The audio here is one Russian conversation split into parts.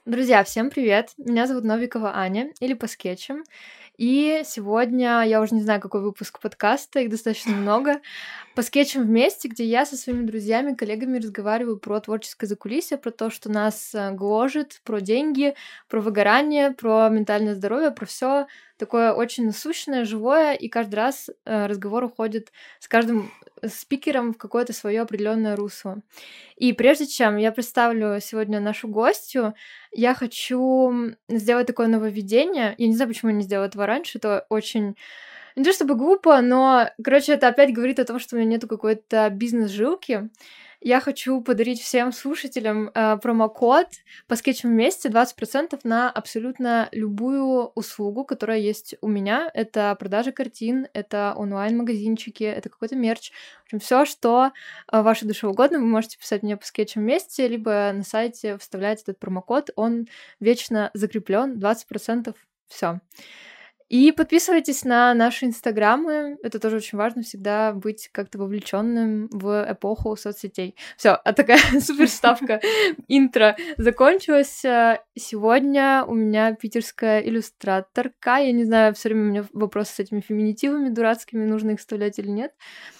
Друзья, всем привет! Меня зовут Новикова Аня, или по скетчам. И сегодня, я уже не знаю, какой выпуск подкаста, их достаточно много, по скетчам вместе, где я со своими друзьями, коллегами разговариваю про творческое закулисье, про то, что нас гложет, про деньги, про выгорание, про ментальное здоровье, про все такое очень насущное, живое, и каждый раз разговор уходит с каждым спикером в какое-то свое определенное русло. И прежде чем я представлю сегодня нашу гостью, я хочу сделать такое нововведение. Я не знаю, почему я не сделала этого раньше. Это очень не то чтобы глупо, но, короче, это опять говорит о том, что у меня нету какой-то бизнес-жилки. Я хочу подарить всем слушателям промокод по скетчам вместе 20% на абсолютно любую услугу, которая есть у меня. Это продажа картин, это онлайн-магазинчики, это какой-то мерч. В общем, все, что вашей душе угодно, вы можете писать мне по скетчам вместе, либо на сайте вставлять этот промокод. Он вечно закреплен, 20%. Все. И подписывайтесь на наши инстаграмы. Это тоже очень важно, всегда быть как-то вовлеченным в эпоху соцсетей. Все, а такая супер вставка интро закончилась. Сегодня у меня питерская иллюстраторка. Я не знаю, все время у меня вопросы с этими феминитивами дурацкими, нужно их вставлять или нет.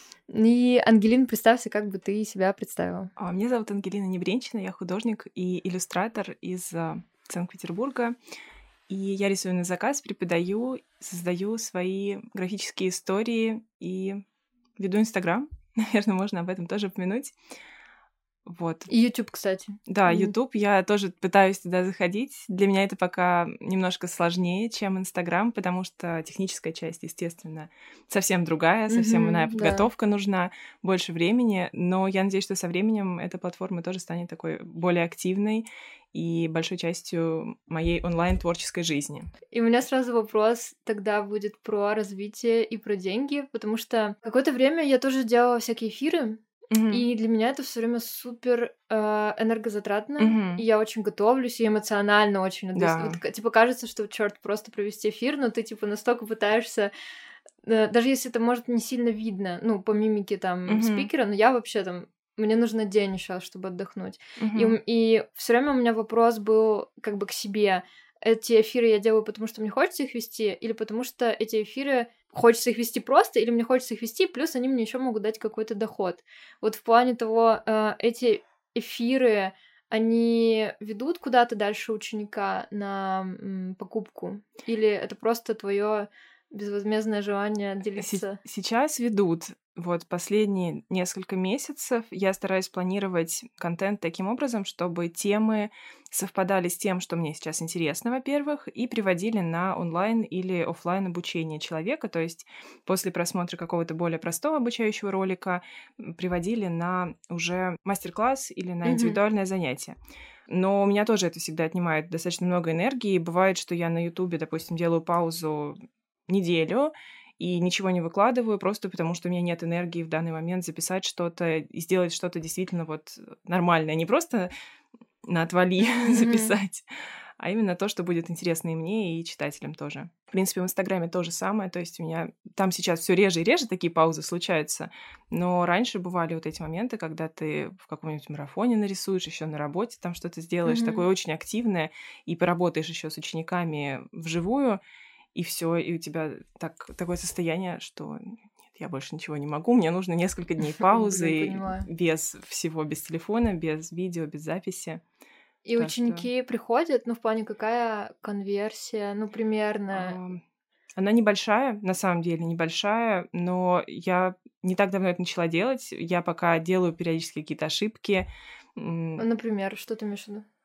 И, Ангелина, представься, как бы ты себя представила. Меня зовут Ангелина Небренчина, я художник и иллюстратор из Санкт-Петербурга. И я рисую на заказ, преподаю, создаю свои графические истории и веду Инстаграм. Наверное, можно об этом тоже упомянуть. Вот. И YouTube, кстати. Да, YouTube. Я тоже пытаюсь туда заходить. Для меня это пока немножко сложнее, чем Инстаграм, потому что техническая часть, естественно, совсем другая, совсем иная подготовка нужна, больше времени. Но я надеюсь, что со временем эта платформа тоже станет такой более активной и большой частью моей онлайн-творческой жизни. И у меня сразу вопрос тогда будет про развитие и про деньги, потому что какое-то время я тоже делала всякие эфиры, и для меня это все время супер энергозатратно, и я очень готовлюсь, и эмоционально очень отдаюсь. Вот, типа, кажется, что, черт, просто провести эфир, но ты, типа, настолько пытаешься, даже если это, может, не сильно видно, ну, по мимике там спикера, но я вообще там мне нужно день еще, чтобы отдохнуть. И все время у меня вопрос был как бы к себе. Эти эфиры я делаю, потому что мне хочется их вести, или потому что эти эфиры хочется их вести просто, или мне хочется их вести, плюс они мне еще могут дать какой-то доход. Вот в плане того, эти эфиры, они ведут куда-то дальше ученика на покупку? Или это просто твое безвозмездное желание делиться? Сейчас ведут. Вот последние несколько месяцев я стараюсь планировать контент таким образом, чтобы темы совпадали с тем, что мне сейчас интересно, во-первых, и приводили на онлайн или офлайн обучение человека. То есть после просмотра какого-то более простого обучающего ролика приводили на уже мастер-класс или на индивидуальное занятие. Но у меня тоже это всегда отнимает достаточно много энергии. Бывает, что я на Ютубе, допустим, делаю паузу неделю и ничего не выкладываю, просто потому что у меня нет энергии в данный момент записать что-то и сделать что-то действительно вот нормальное. Не просто на отвали записать, а именно то, что будет интересно и мне, и читателям тоже. В принципе, в Инстаграме то же самое, то есть у меня там сейчас все реже и реже такие паузы случаются, но раньше бывали вот эти моменты, когда ты в каком-нибудь марафоне нарисуешь, еще на работе там что-то сделаешь, такое очень активное, и поработаешь еще с учениками вживую, и все, и у тебя такое состояние, что нет, я больше ничего не могу, мне нужно несколько дней паузы, без всего, без телефона, без видео, без записи. И ученики приходят, ну, в плане, какая конверсия, ну, примерно? Она небольшая, на самом деле, небольшая, но я не так давно это начала делать, я пока делаю периодически какие-то ошибки. Например, что ты имеешь в виду?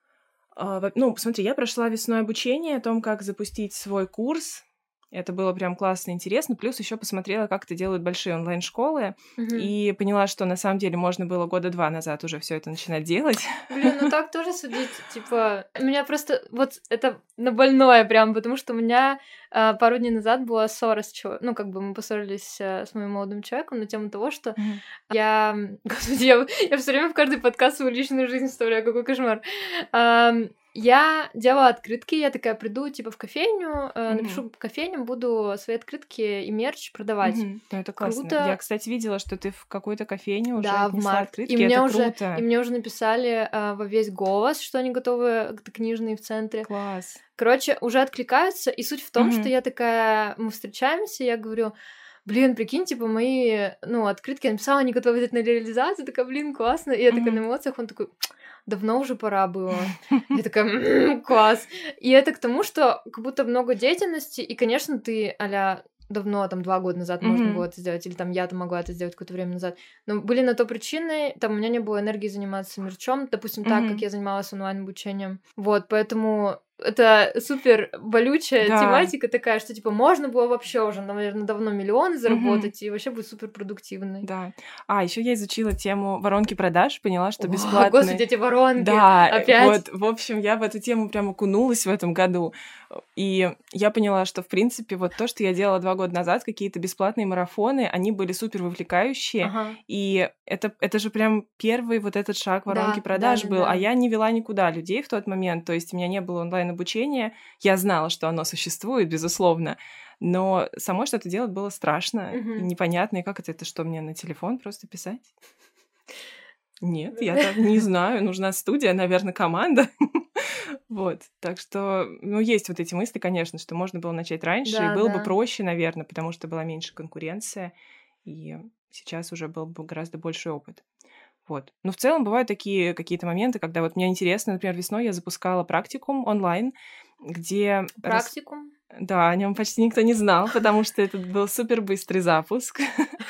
Ну, смотри, я прошла весной обучение о том, как запустить свой курс. Это было прям классно, интересно. Плюс еще посмотрела, как это делают большие онлайн-школы, и поняла, что на самом деле можно было 2 года назад уже все это начинать делать. Блин, ну так тоже судить, типа... У меня просто... Вот это на больное прям, потому что у меня пару дней назад была ссора с человеком. Ну, как бы мы поссорились с моим молодым человеком на тему того, что Господи, я все время в каждый подкаст свою личную жизнь вставляю, какой кошмар. Я делала открытки, я такая приду, типа, в кофейню, напишу кофейням, буду свои открытки и мерч продавать. Ну, это классно. Круто. Я, кстати, видела, что ты в какой-то кофейне уже Да, в отнесла март. открытки, И мне это уже, круто. и мне уже написали во весь голос, что они готовы, книжные в центре. Класс. Короче, уже откликаются, и суть в том, что я такая, мы встречаемся, я говорю, блин, прикинь, типа, мои, открытки я написала, они готовы взять на реализацию, такая, блин, классно, и я такая на эмоциях, он такой, давно уже пора было. Я такая, класс. И это к тому, что как будто много деятельности, и, конечно, ты а-ля давно, там, 2 года назад можно было это сделать, или там я могла это сделать какое-то время назад. Но были на то причины, там, у меня не было энергии заниматься мерчом, допустим, так, как я занималась онлайн-обучением. Вот, поэтому это супер болючая тематика такая, что, типа, можно было вообще уже, наверное, давно миллионы заработать, и вообще быть супер продуктивной. Да. Еще я изучила тему воронки продаж, поняла, что бесплатные... Господи, эти воронки! Да, опять. Вот, в общем, я в эту тему прям окунулась в этом году. И я поняла, что, в принципе, вот то, что я делала 2 года назад, какие-то бесплатные марафоны, они были супер вовлекающие. И это же прям первый вот этот шаг воронки продаж был. А я не вела никуда людей в тот момент. То есть у меня не было онлайн-обучения. Я знала, что оно существует, безусловно. Но самой что-то делать было страшно и непонятно. И как это что, мне на телефон просто писать? Нет, я так не знаю. Нужна студия, наверное, команда. Вот. Так что, есть вот эти мысли, конечно, что можно было начать раньше, и было бы проще, наверное, потому что была меньше конкуренция, и сейчас уже был бы гораздо больший опыт. Вот. Но в целом бывают такие какие-то моменты, когда вот мне интересно, например, весной я запускала практикум онлайн, где... Практикум? Да, о нем почти никто не знал, потому что это был супер быстрый запуск.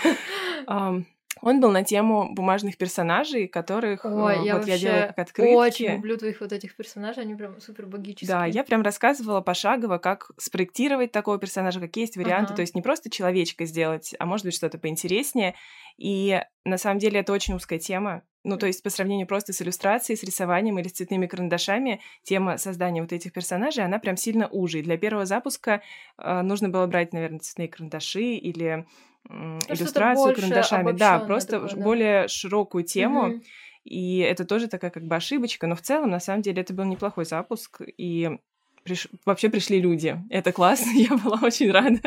Он был на тему бумажных персонажей, которых я делала как открытки. Очень люблю твоих вот этих персонажей, они прям супер богические. Да, я прям рассказывала пошагово, как спроектировать такого персонажа, какие есть варианты. То есть не просто человечка сделать, а может быть что-то поинтереснее. И на самом деле это очень узкая тема. То есть по сравнению просто с иллюстрацией, с рисованием или с цветными карандашами, тема создания вот этих персонажей, она прям сильно уже. И для первого запуска нужно было брать, наверное, цветные карандаши или иллюстрацию карандашами. Да, просто более широкую тему. И это тоже такая как бы ошибочка. Но в целом, на самом деле, это был неплохой запуск. И вообще пришли люди. Это классно, я была очень рада.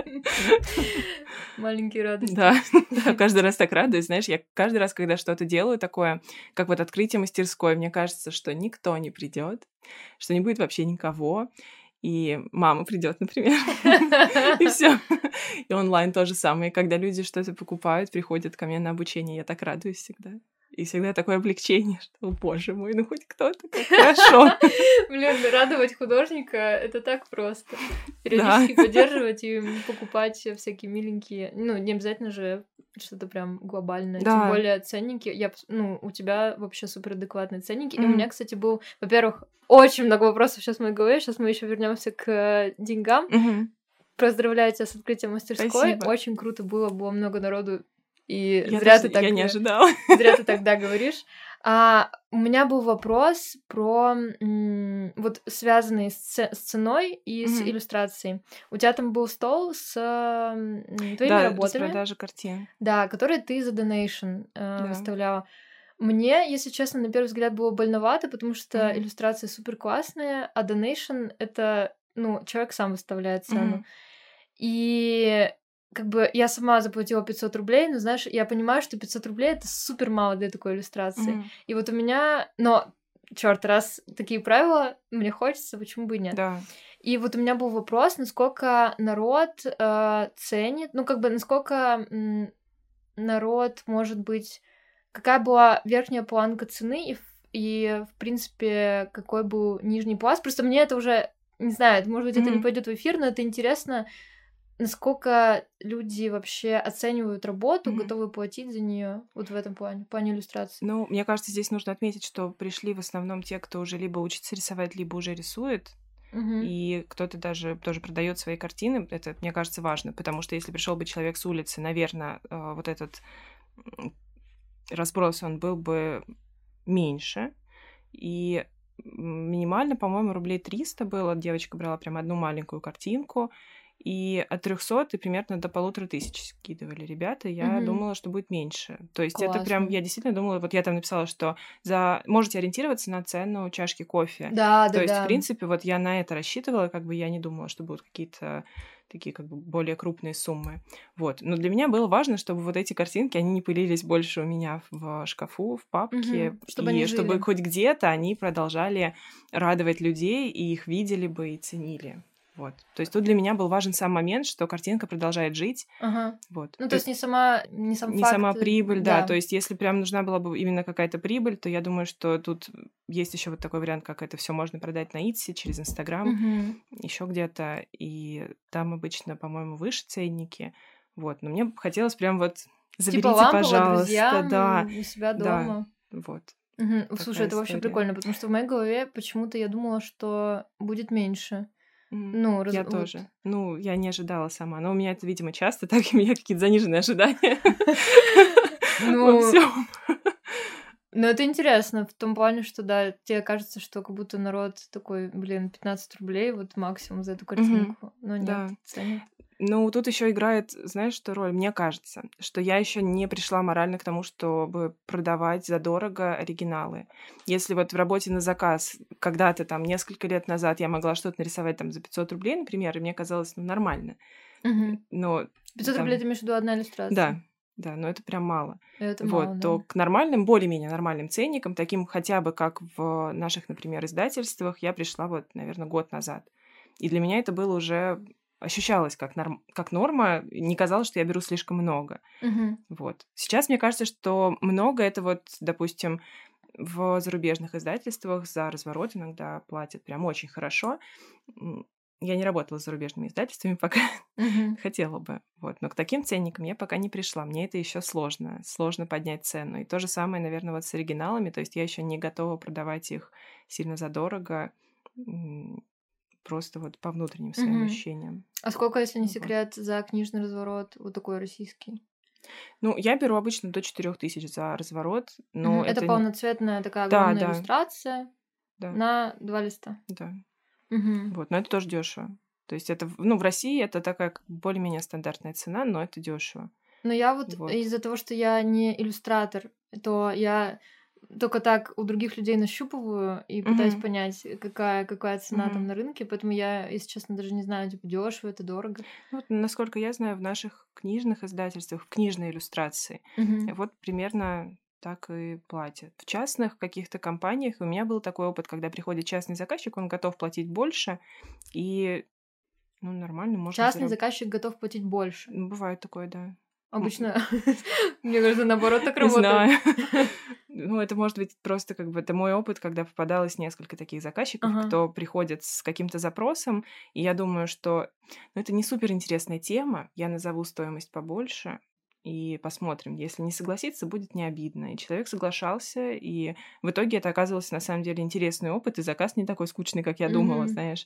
Маленькие радости. Да, каждый раз так радуюсь. Знаешь, я каждый раз, когда что-то делаю такое, как вот открытие мастерской, мне кажется, что никто не придет, что не будет вообще никого. И мама придет, например, и все. И онлайн то же самое. Когда люди что-то покупают, приходят ко мне на обучение, я так радуюсь всегда. И всегда такое облегчение, что, боже мой, хоть кто-то, как хорошо. Блин, радовать художника — это так просто. Периодически поддерживать и покупать всякие миленькие, не обязательно же что-то прям глобальное. Тем более ценники. У тебя вообще суперадекватные ценники. И у меня, кстати, был, во-первых, очень много вопросов сейчас в моей голове. Сейчас мы еще вернемся к деньгам. Поздравляю тебя с открытием мастерской. Спасибо. Очень круто было много народу. И я не ожидала. Зря ты тогда говоришь. У меня был вопрос про вот связанный с ценой и с иллюстрацией. У тебя там был стол с твоими работами. Да, продажи картин. Да, которые ты за донейшн выставляла. Мне, если честно, на первый взгляд было больновато, потому что иллюстрация супер классная, а донейшн — это, человек сам выставляет цену. И как бы я сама заплатила 500 рублей, но, знаешь, я понимаю, что 500 рублей — это супер мало для такой иллюстрации. И вот у меня... Но, чёрт, раз такие правила, мне хочется, почему бы и нет? Да. И вот у меня был вопрос, насколько народ ценит, насколько народ, может быть... Какая была верхняя планка цены и, в принципе, какой был нижний пласт? Просто мне это уже... Не знаю, может быть, это не пойдет в эфир, но это интересно... Насколько люди вообще оценивают работу, готовы платить за нее вот в этом плане, в плане иллюстрации? Мне кажется, здесь нужно отметить, что пришли в основном те, кто уже либо учится рисовать, либо уже рисует, и кто-то даже тоже продает свои картины. Это, мне кажется, важно, потому что если пришел бы человек с улицы, наверное, вот этот разброс, он был бы меньше. И минимально, по-моему, рублей 300 было. Девочка брала прям одну маленькую картинку. и от 300 и примерно до 1500 скидывали ребята. Я думала, что будет меньше. То есть это прям, Классно. я действительно думала, вот я там написала, что можете ориентироваться на цену чашки кофе. Да, То есть, в да. принципе, вот я на это рассчитывала, как бы я не думала, что будут какие-то такие как бы более крупные суммы. Вот. Но для меня было важно, чтобы вот эти картинки, они не пылились больше у меня в шкафу, в папке, Чтобы они и чтобы жили. хоть где-то они продолжали радовать людей, и их видели бы и ценили. Вот. То есть тут для меня был важен сам момент, что картинка продолжает жить. Ага. Вот. Ну, то есть не сам не факт. сама прибыль, да. Да. То есть если прям нужна была бы именно какая-то прибыль, то я думаю, что тут есть еще вот такой вариант, как это все можно продать на Etsy через Инстаграм, еще где-то, и там обычно, по-моему, выше ценники. Вот. Но мне хотелось прям вот заберите, Типа лампово пожалуйста, друзьям да, у себя да, дома. вот. Слушай, это вообще история. прикольно, потому что в моей голове почему-то я думала, что будет меньше. Ну, Я тоже. Ну, я не ожидала сама. Но у меня это, видимо, часто так, у меня какие-то заниженные ожидания во всем. Ну, это интересно в том плане, что, да, тебе кажется, что как будто народ такой, 15 рублей, вот максимум за эту картинку. Но нет, ценят. Ну, тут еще играет, знаешь, что роль? Мне кажется, что я еще не пришла морально к тому, чтобы продавать задорого оригиналы. Если вот в работе на заказ когда-то там несколько лет назад я могла что-то нарисовать там за 500 рублей, например, и мне казалось, нормально. Но 500 рублей ты имеешь в виду одна иллюстрация? Да, но это прям мало. Это вот, мало, да. то к нормальным, более-менее нормальным ценникам, таким хотя бы как в наших, например, издательствах, я пришла вот, наверное, год назад. И для меня это было уже ощущалось как норма, не казалось, что я беру слишком много. Вот. Сейчас мне кажется, что много это вот, допустим, в зарубежных издательствах за разворот иногда платят прям очень хорошо. Я не работала с зарубежными издательствами пока, хотела бы. Вот. Но к таким ценникам я пока не пришла. Мне это еще сложно. Сложно поднять цену. И то же самое, наверное, вот с оригиналами. То есть я еще не готова продавать их сильно задорого. Просто вот по внутренним своим ощущениям. А сколько, если не секрет, за книжный разворот вот такой российский? Ну, я беру обычно до 4000 за разворот, но это полноцветная такая Да, огромная да. иллюстрация Да. на 2 листа. Да. Вот, но это тоже дешево. То есть это, в России это такая более-менее стандартная цена, но это дешево. Но я вот из-за того, что я не иллюстратор, то я только так у других людей нащупываю и пытаюсь понять, какая цена там на рынке, поэтому я, если честно, даже не знаю, типа, дешево это, дорого. Вот, насколько я знаю, в наших книжных издательствах, в книжной иллюстрации, вот примерно так и платят. В частных каких-то компаниях у меня был такой опыт, когда приходит частный заказчик, он готов платить больше, и нормально можно Частный заказчик готов платить больше? Бывает такое, да. Обычно, мне кажется, наоборот так Не работает. знаю. Это может быть просто как бы это мой опыт, когда попадалось несколько таких заказчиков, кто приходит с каким-то запросом, и я думаю, что это не суперинтересная тема, я назову стоимость побольше, и посмотрим. Если не согласится, будет не обидно. И человек соглашался, и в итоге это оказывался на самом деле интересный опыт, и заказ не такой скучный, как я думала, знаешь.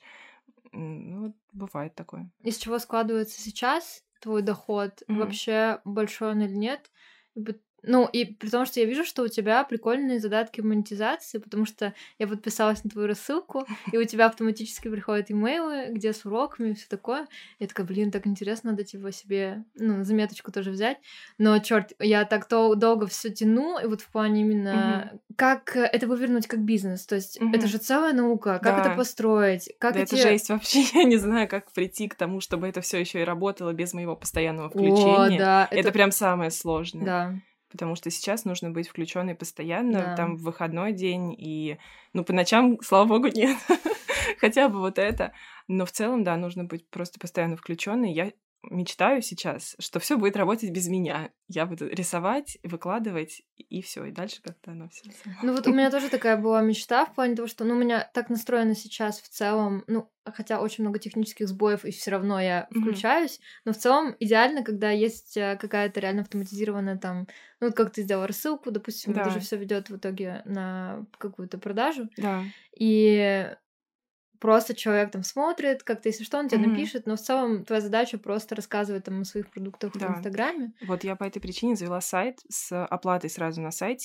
Бывает такое. Из чего складывается сейчас твой доход? Вообще большой он или нет? Ну, и при том, что я вижу, что у тебя прикольные задатки монетизации, потому что я подписалась на твою рассылку, и у тебя автоматически приходят имейлы, где с уроками и все такое. Я такая, так интересно, надо типа себе, заметочку тоже взять. Но, черт, я так долго все тяну, и вот в плане именно как это вывернуть как бизнес. То есть это же целая наука, как это построить, как это жесть вообще. Я не знаю, как прийти к тому, чтобы это все еще и работало без моего постоянного включения. Да, это прям самое сложное. Да. Потому что сейчас нужно быть включенной постоянно, там в выходной день, и, по ночам, слава богу, нет. Хотя бы вот это. Но в целом, да, нужно быть просто постоянно включенной. Я мечтаю сейчас, что все будет работать без меня. Я буду рисовать, выкладывать, и все, и дальше как-то оно все. Вот у меня тоже такая была мечта в плане того, что, у меня так настроено сейчас в целом, хотя очень много технических сбоев, и все равно я включаюсь, но в целом идеально, когда есть какая-то реально автоматизированная там, как ты сделала рассылку, допустим, это же все ведет в итоге на какую-то продажу. Да. И просто человек там смотрит, как-то, если что, он тебе напишет, но в целом твоя задача просто рассказывать там о своих продуктах в Инстаграме. Вот я по этой причине завела сайт с оплатой сразу на сайте,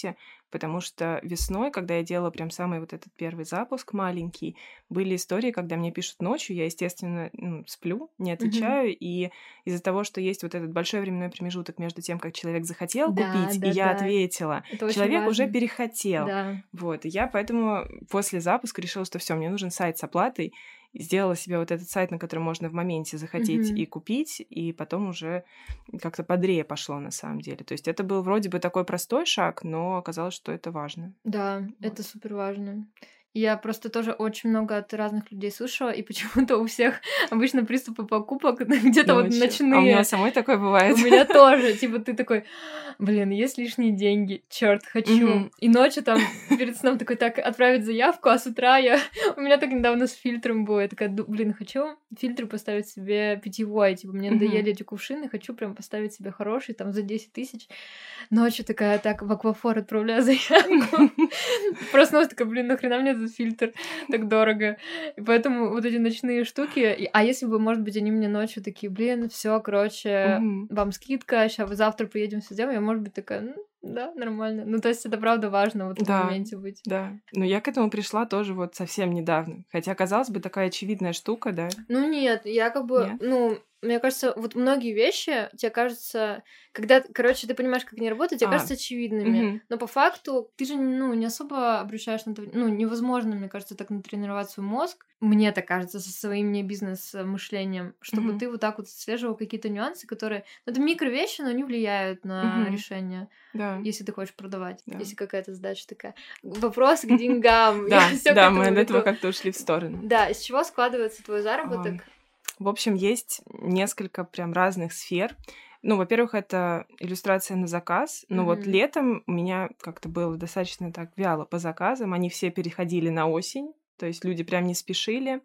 потому что весной, когда я делала прям самый вот этот первый запуск маленький, были истории, когда мне пишут ночью, я, естественно, сплю, не отвечаю, и из-за того, что есть вот этот большой временной промежуток между тем, как человек захотел купить, и я ответила, человек уже перехотел. Вот, и я поэтому после запуска решила, что все, мне нужен сайт с оплатой, сделала себе вот этот сайт, на который можно в моменте захотеть и купить, и потом уже как-то бодрее пошло на самом деле. То есть это был вроде бы такой простой шаг, но оказалось, что это важно. Да, вот. Это супер важно. Я просто тоже очень много от разных людей слышала, и почему-то у всех обычно приступы покупок где-то вот ночные. А у меня самой такое бывает. У меня тоже. Типа ты такой, блин, есть лишние деньги, черт, хочу. И ночью там перед сном такой, так, отправить заявку, а с утра у меня так недавно с фильтром было. Я такая, блин, хочу фильтры поставить себе питьевой. Типа мне надоели эти кувшины, хочу прям поставить себе хороший, там, за 10 тысяч. Ночью такая, так, в Аквафор отправляю заявку. Проснулась такая, блин, нахрена мне этот фильтр так дорого. И поэтому вот эти ночные штуки. А если бы, может быть, они мне ночью такие, блин, все, короче, вам скидка, сейчас завтра приедем, все сделаем, я, может быть, такая, да, нормально. Ну, то есть это правда важно вот в моменте быть. Да, но я к этому пришла тоже вот совсем недавно. Хотя, казалось бы, такая очевидная штука, да? Ну, нет, я как бы, мне кажется, вот многие вещи тебе кажутся, когда, короче, ты понимаешь, как они работают, тебе кажутся очевидными. Но по факту ты же, не особо обращаешь на это... невозможно, мне кажется, так натренировать свой мозг. Мне так кажется, со своим не бизнес-мышлением, чтобы ты вот так вот отслеживал какие-то нюансы, которые... это микровещи, но они влияют на решение. Да. Если ты хочешь продавать, если какая-то задача такая. Вопрос к деньгам. Да, мы от этого как-то ушли в сторону. Да, из чего складывается твой заработок? В общем, есть несколько прям разных сфер. Во-первых, это иллюстрация на заказ. Но вот летом у меня как-то было достаточно так вяло по заказам. Они все переходили на осень, то есть люди прям не спешили.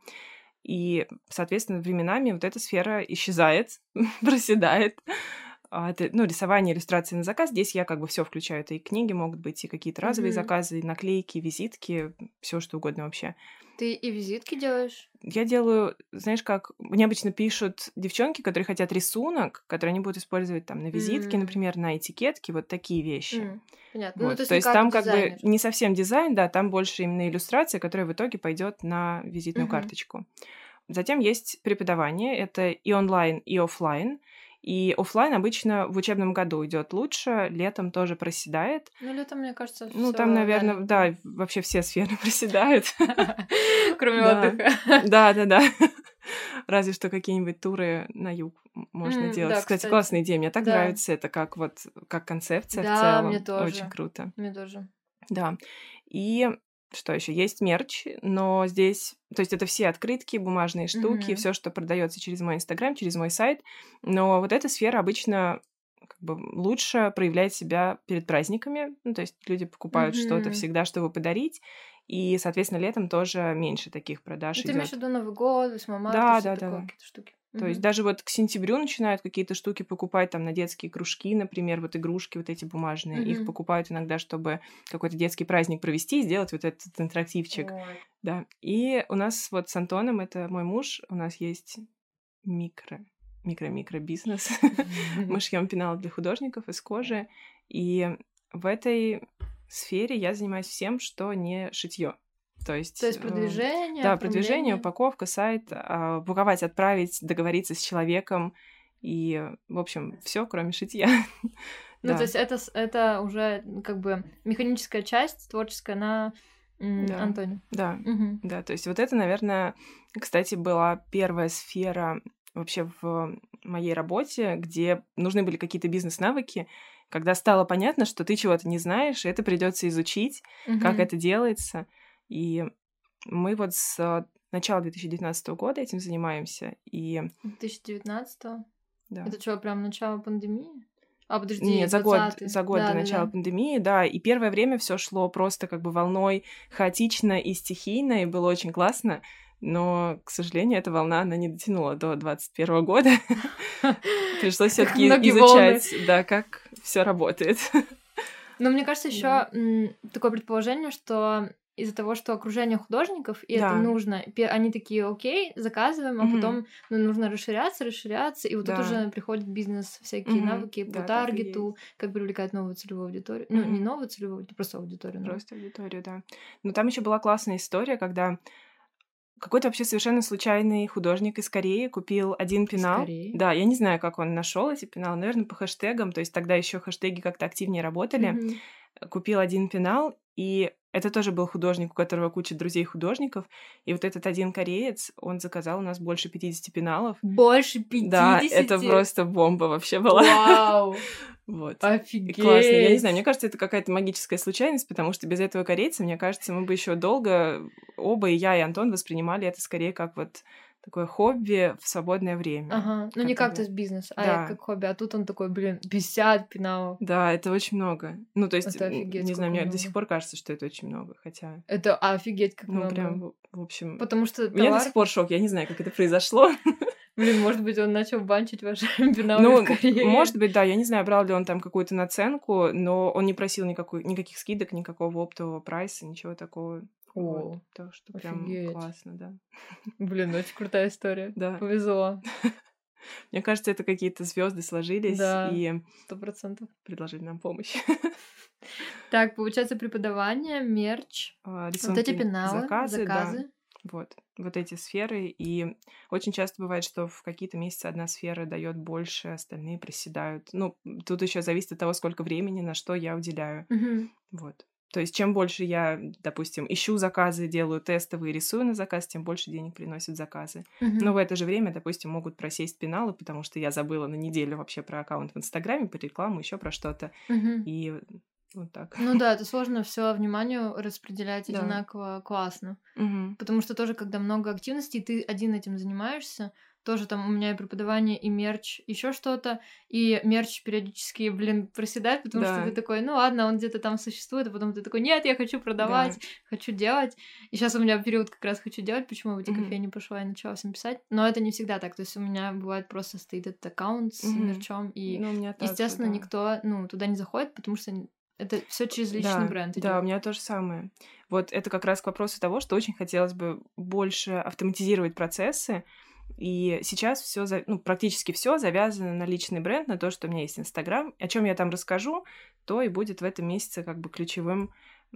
И, соответственно, временами вот эта сфера исчезает, проседает. Это, рисование, иллюстрации на заказ. Здесь я как бы все включаю. Это и книги могут быть, и какие-то разовые заказы, и наклейки, визитки, все что угодно вообще. Ты и визитки делаешь? Я делаю, знаешь, как мне обычно пишут девчонки, которые хотят рисунок, который они будут использовать там на визитке, например, на этикетке, вот такие вещи. Понятно. Вот. То есть там как бы не совсем дизайн, да, там больше именно иллюстрация, которая в итоге пойдет на визитную карточку. Затем есть преподавание, это и онлайн, и офлайн. И офлайн обычно в учебном году идет лучше, летом тоже проседает. Летом, мне кажется, там, наверное, да, вообще все сферы проседают. Кроме отдыха. Да. Разве что какие-нибудь туры на юг можно делать. Кстати, классная идея. Мне так нравится это как концепция в целом. Да, мне тоже. Очень круто. Мне тоже. Да. И что еще? Есть мерч, но здесь, то есть это все открытки, бумажные штуки, все, что продается через мой Инстаграм, через мой сайт. Но вот эта сфера обычно как бы лучше проявляет себя перед праздниками. То есть люди покупают что-то всегда, чтобы подарить. И, соответственно, летом тоже меньше таких продаж идёт. Ты имеешь в виду Новый год, 8 марта, да. какие-то штуки. То есть даже вот к сентябрю начинают какие-то штуки покупать там на детские кружки, например, вот игрушки вот эти бумажные. Их покупают иногда, чтобы какой-то детский праздник провести и сделать вот этот интерактивчик. Да. И у нас вот с Антоном, это мой муж, у нас есть микро-бизнес. Мы шьем пенал для художников из кожи. И в этой сфере я занимаюсь всем, что не шитьё. То есть продвижение, да, продвижение, упаковка, сайт, упаковать, отправить, договориться с человеком и, в общем, все, кроме шитья. То есть это уже как бы механическая часть творческая на Антоне. Да, да, то есть вот это, наверное, кстати, была первая сфера вообще в моей работе, где нужны были какие-то бизнес-навыки, когда стало понятно, что ты чего-то не знаешь, и это придется изучить, как это делается. И мы вот с начала 2019 года этим занимаемся. 2019? Да. Это что, прям начало пандемии? Подожди, нет, за год до начала пандемии, да. И первое время все шло просто как бы волной хаотично и стихийно, и было очень классно. Но, к сожалению, эта волна, она не дотянула до 2021 года. Пришлось все-таки изучать, да, как все работает. Но мне кажется, еще такое предположение, что из-за того, что окружение художников, и это Да. нужно. Они такие, окей, заказываем, а потом нужно расширяться, и вот тут Да. уже приходит бизнес, всякие навыки по Да, так и таргету, есть. как привлекать новую целевую аудиторию. Ну, не новую целевую аудиторию, просто аудиторию. Просто аудиторию, да. Но там еще была классная история, когда какой-то вообще совершенно случайный художник из Кореи купил один пенал. Кореи? Да, я не знаю, как он нашел эти пеналы, наверное, по хэштегам, то есть тогда еще хэштеги как-то активнее работали. Купил один пенал, и это тоже был художник, у которого куча друзей-художников, и вот этот один кореец, он заказал у нас больше 50 пеналов. Больше 50? Да, это просто бомба вообще была. Вау! Вот. Офигеть! Классно. Я не знаю, мне кажется, это какая-то магическая случайность, потому что без этого корейца, мне кажется, мы бы еще долго, оба, и я, и Антон, воспринимали это скорее как вот такое хобби в свободное время. Ага, ну не как-то с бизнес, Да. как хобби, а тут он такой, 50 пеналов. Да, это очень много. Ну, то есть, Это офигеть, не знаю, сколько мне до много. сих пор кажется, что это очень много, хотя... Это офигеть как Ну, много. прям, в общем... Потому что У меня до сих пор шок, я не знаю, как это произошло. Блин, может быть, он начал банчить ваши пеналы в Корее. Может быть, да, я не знаю, брал ли он там какую-то наценку, но он не просил никаких скидок, никакого оптового прайса, ничего такого. Вот. Так что прям офигеть. классно, да. Блин, очень крутая история. Да. Повезло. Мне кажется, это какие-то звезды сложились и 100%. предложили нам помощь. Так, получается, преподавание, мерч, Рисунки, вот эти пеналы, заказы. Да. Вот эти сферы. И очень часто бывает, что в какие-то месяцы одна сфера дает больше, остальные проседают. Ну, тут еще зависит от того, сколько времени, на что я уделяю. Вот. То есть, чем больше я, допустим, ищу заказы, делаю тестовые, рисую на заказ, тем больше денег приносят заказы. Но в это же время, допустим, могут просесть пеналы, потому что я забыла на неделю вообще про аккаунт в Инстаграме, про рекламу, еще про что-то. И вот так. Ну да, это сложно все вниманию распределять одинаково классно. Потому что тоже, когда много активностей, ты один этим занимаешься, тоже там у меня и преподавание, и мерч, еще что-то, и мерч периодически, проседает, потому что ты такой, ну ладно, он где-то там существует, а потом ты такой, нет, я хочу продавать, хочу делать. И сейчас у меня период как раз хочу делать, почему я в эти кофейни пошла и начала всем писать. Но это не всегда так, то есть у меня бывает просто стоит этот аккаунт с мерчом, и, естественно, никто, туда не заходит, потому что это все через личный бренд идет. Да, у меня то же самое. Вот это как раз к вопросу того, что очень хотелось бы больше автоматизировать процессы. И сейчас все, практически все завязано на личный бренд, на то, что у меня есть Инстаграм. О чем я там расскажу, то и будет в этом месяце как бы ключевым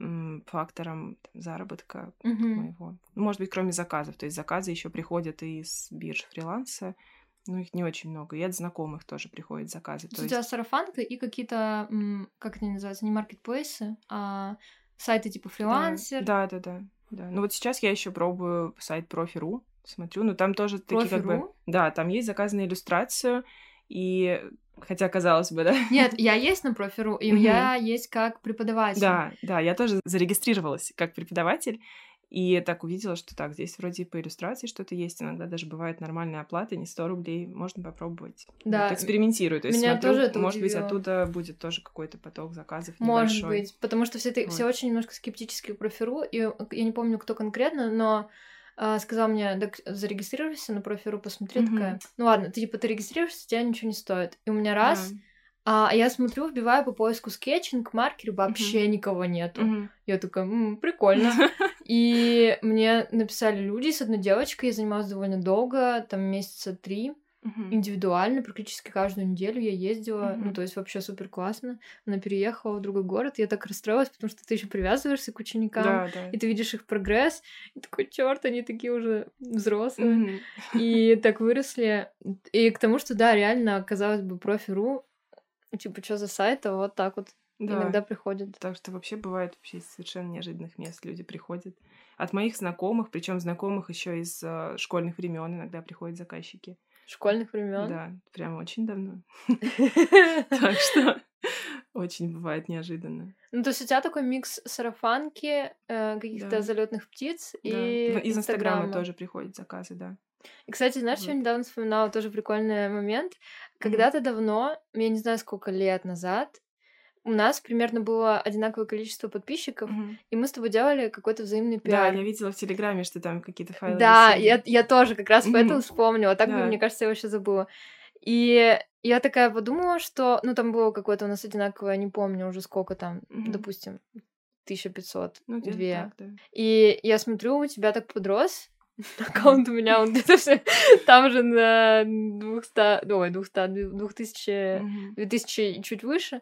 фактором заработка моего. Может быть, кроме заказов. То есть заказы еще приходят и из бирж фриланса. Ну, их не очень много. И от знакомых тоже приходят заказы. У тебя сарафанка и какие-то, как это называется, не маркетплейсы, а сайты типа фрилансер. Да. Ну вот сейчас я еще пробую сайт Профи.ру, смотрю, но там тоже такие как бы... Да, там есть заказ на иллюстрацию, и... Хотя, казалось бы, да? Нет, я есть на Профи.ру, и я есть как преподаватель. Да, я тоже зарегистрировалась как преподаватель, и так увидела, что так, здесь вроде по иллюстрации что-то есть, иногда даже бывает нормальная оплата, не 100 рублей, можно попробовать. Да. Вот, экспериментирую, то есть меня смотрю, тоже это может быть, удивило. оттуда будет тоже какой-то поток заказов Может небольшой. быть, потому что все очень немножко скептически к Профи.ру, и я не помню, кто конкретно, но сказал мне, так зарегистрируйся на Профи.ру, посмотри, такая, ну ладно, ты регистрируешься, тебя ничего не стоит. И у меня раз... А я смотрю, вбиваю по поиску скетчинг, маркер, вообще никого нету. Я такая, прикольно. И мне написали люди с одной девочкой, я занималась довольно долго, там месяца 3, индивидуально, практически каждую неделю я ездила, ну, то есть вообще супер классно. Она переехала в другой город, я так расстроилась, потому что ты еще привязываешься к ученикам, и ты видишь их прогресс, и такой, чёрт, они такие уже взрослые, и так выросли. И к тому, что, да, реально, казалось бы, Профи.ру, типа, что за сайт, а вот так вот иногда приходят. Так что вообще бывает вообще из совершенно неожиданных мест люди приходят. От моих знакомых, причем знакомых еще из школьных времен иногда приходят заказчики. Школьных времен? Да, прям очень давно. Так что очень бывает неожиданно. Ну, то есть у тебя такой микс сарафанки, каких-то залетных птиц и из Инстаграма тоже приходят заказы, да. И, кстати, знаешь, что я недавно вспоминала? Тоже прикольный момент. Когда-то давно, я не знаю, сколько лет назад, у нас примерно было одинаковое количество подписчиков, и мы с тобой делали какой-то взаимный пиар. Да, я видела в Телеграме, что там какие-то файлы. Да, я тоже как раз поэтому вспомнила. Так бы, мне кажется, я вообще забыла. И я такая подумала, что... Ну, там было какое-то у нас одинаковое, не помню уже сколько там, допустим, 1500, Ну, где-то 2. так, да. И я смотрю, у тебя так подрос. Аккаунт у меня, он где-то все там же на 2000, Мгм. 2000 и чуть выше.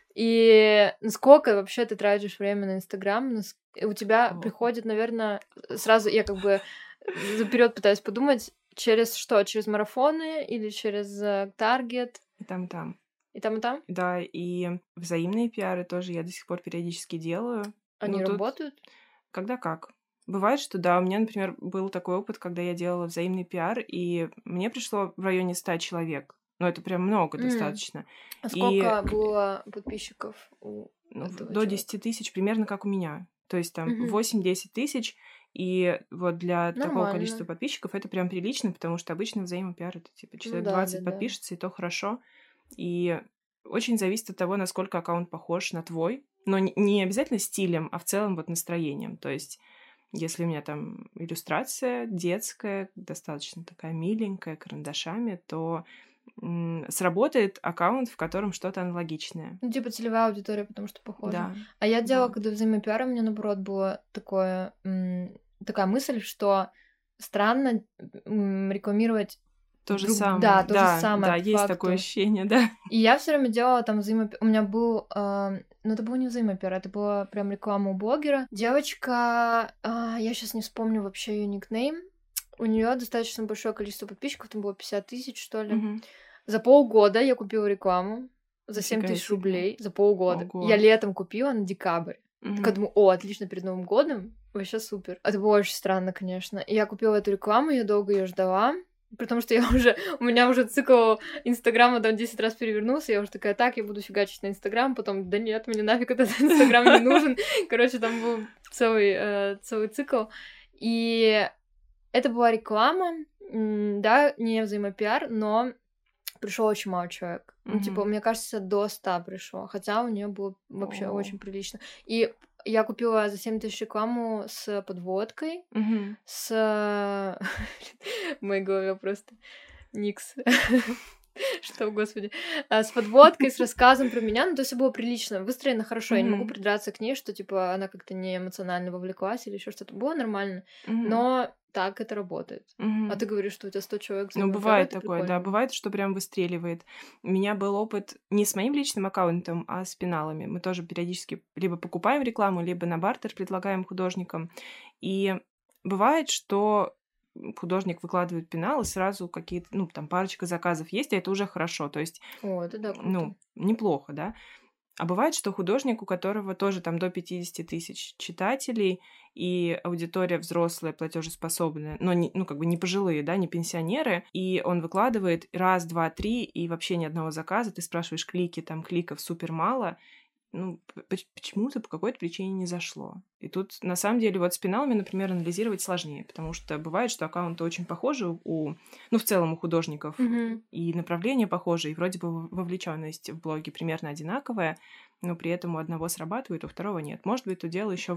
И насколько вообще ты тратишь время на Инстаграм? У тебя О. приходит, наверное, сразу я как бы наперед пытаюсь подумать, через что? Через марафоны или через таргет? И там, и там. И там, и там? Да, и взаимные пиары тоже я до сих пор периодически делаю. Они Ну, тут работают? когда как. Бывает, что да, у меня, например, был такой опыт, когда я делала взаимный пиар, и мне пришло в районе 100 человек. Ну, это прям много достаточно. А И сколько было подписчиков у этого до человека? 10 тысяч примерно как у меня. То есть там Мгм. 8-10 тысяч, и вот для такого количества Нормально. подписчиков это прям прилично, потому что обычно взаимопиар это типа Ну человек да, 20 да-да. подпишется, и то хорошо. И очень зависит от того, насколько аккаунт похож на твой. Но не обязательно стилем, а в целом вот настроением. То есть если у меня там иллюстрация детская, достаточно такая миленькая, карандашами, то сработает аккаунт, в котором что-то аналогичное. Ну, типа целевая аудитория, потому что похоже. Да, А я делала, вот. когда взаимопиар, у меня, наоборот, была такая мысль, что странно рекламировать То же Да, самое. то же Да, самое, да, по есть такое факту. ощущение, да. И я все время делала там взаимопиар. У меня был... Ну, это был не взаимопиар, это была прям реклама у блогера. Девочка... Я сейчас не вспомню вообще ее никнейм. У нее достаточно большое количество подписчиков, там было 50 тысяч, что ли. Мгм. За полгода я купила рекламу за 7 Нифига тысяч себе. рублей. За полгода. Я Ого. летом купила на декабрь. Такая Мгм. думаю, отлично, перед Новым годом. Вообще супер. Это было очень странно, конечно. И я купила эту рекламу, я долго ее ждала. Потому что у меня уже цикл Инстаграма там 10 раз перевернулся, я уже такая, так, я буду фигачить на Инстаграм, потом, да нет, мне нафиг этот Инстаграм не нужен. Короче, там был целый цикл. И это была реклама, да, не взаимопиар, но пришло очень мало человек. Ну, типа, Мгм. мне кажется, до 100 пришло, хотя у нее было вообще Ого. очень прилично. И я купила за 7 тысяч рекламу с подводкой, Мгм. с... В моей голове просто Никс. Что, господи. С подводкой, с рассказом про меня. Ну, то есть было прилично, выстроено хорошо. Я не могу Мгм. придраться к ней, что, типа, она как-то не эмоционально вовлеклась или еще что-то. Было нормально. Мгм. Но так это работает. А Мгм. ты говоришь, что у тебя 100 человек Ну, взаимопиара, бывает это такое, да. прикольно. Бывает, что прям выстреливает. У меня был опыт не с моим личным аккаунтом, а с пеналами. Мы тоже периодически либо покупаем рекламу, либо на бартер предлагаем художникам. И бывает, что художник выкладывает пенал, и сразу какие-то, ну, там, парочка заказов есть, и это уже хорошо. То есть, О, это да, круто. ну, неплохо, да. А бывает, что художник, у которого тоже там до 50 тысяч читателей, и аудитория взрослая, платежеспособная, но не, ну, как бы не пожилые, да, не пенсионеры, и он выкладывает раз, два, три, и вообще ни одного заказа, ты спрашиваешь клики, там кликов супер мало, ну, почему-то по какой-то причине не зашло. И тут, на самом деле, вот с пеналами, например, анализировать сложнее, потому что бывает, что аккаунты очень похожи ну, в целом у художников, Мгм. и направление похоже, и вроде бы вовлеченность в блоге примерно одинаковая, но при этом у одного срабатывает, у второго нет. Может быть, то дело еще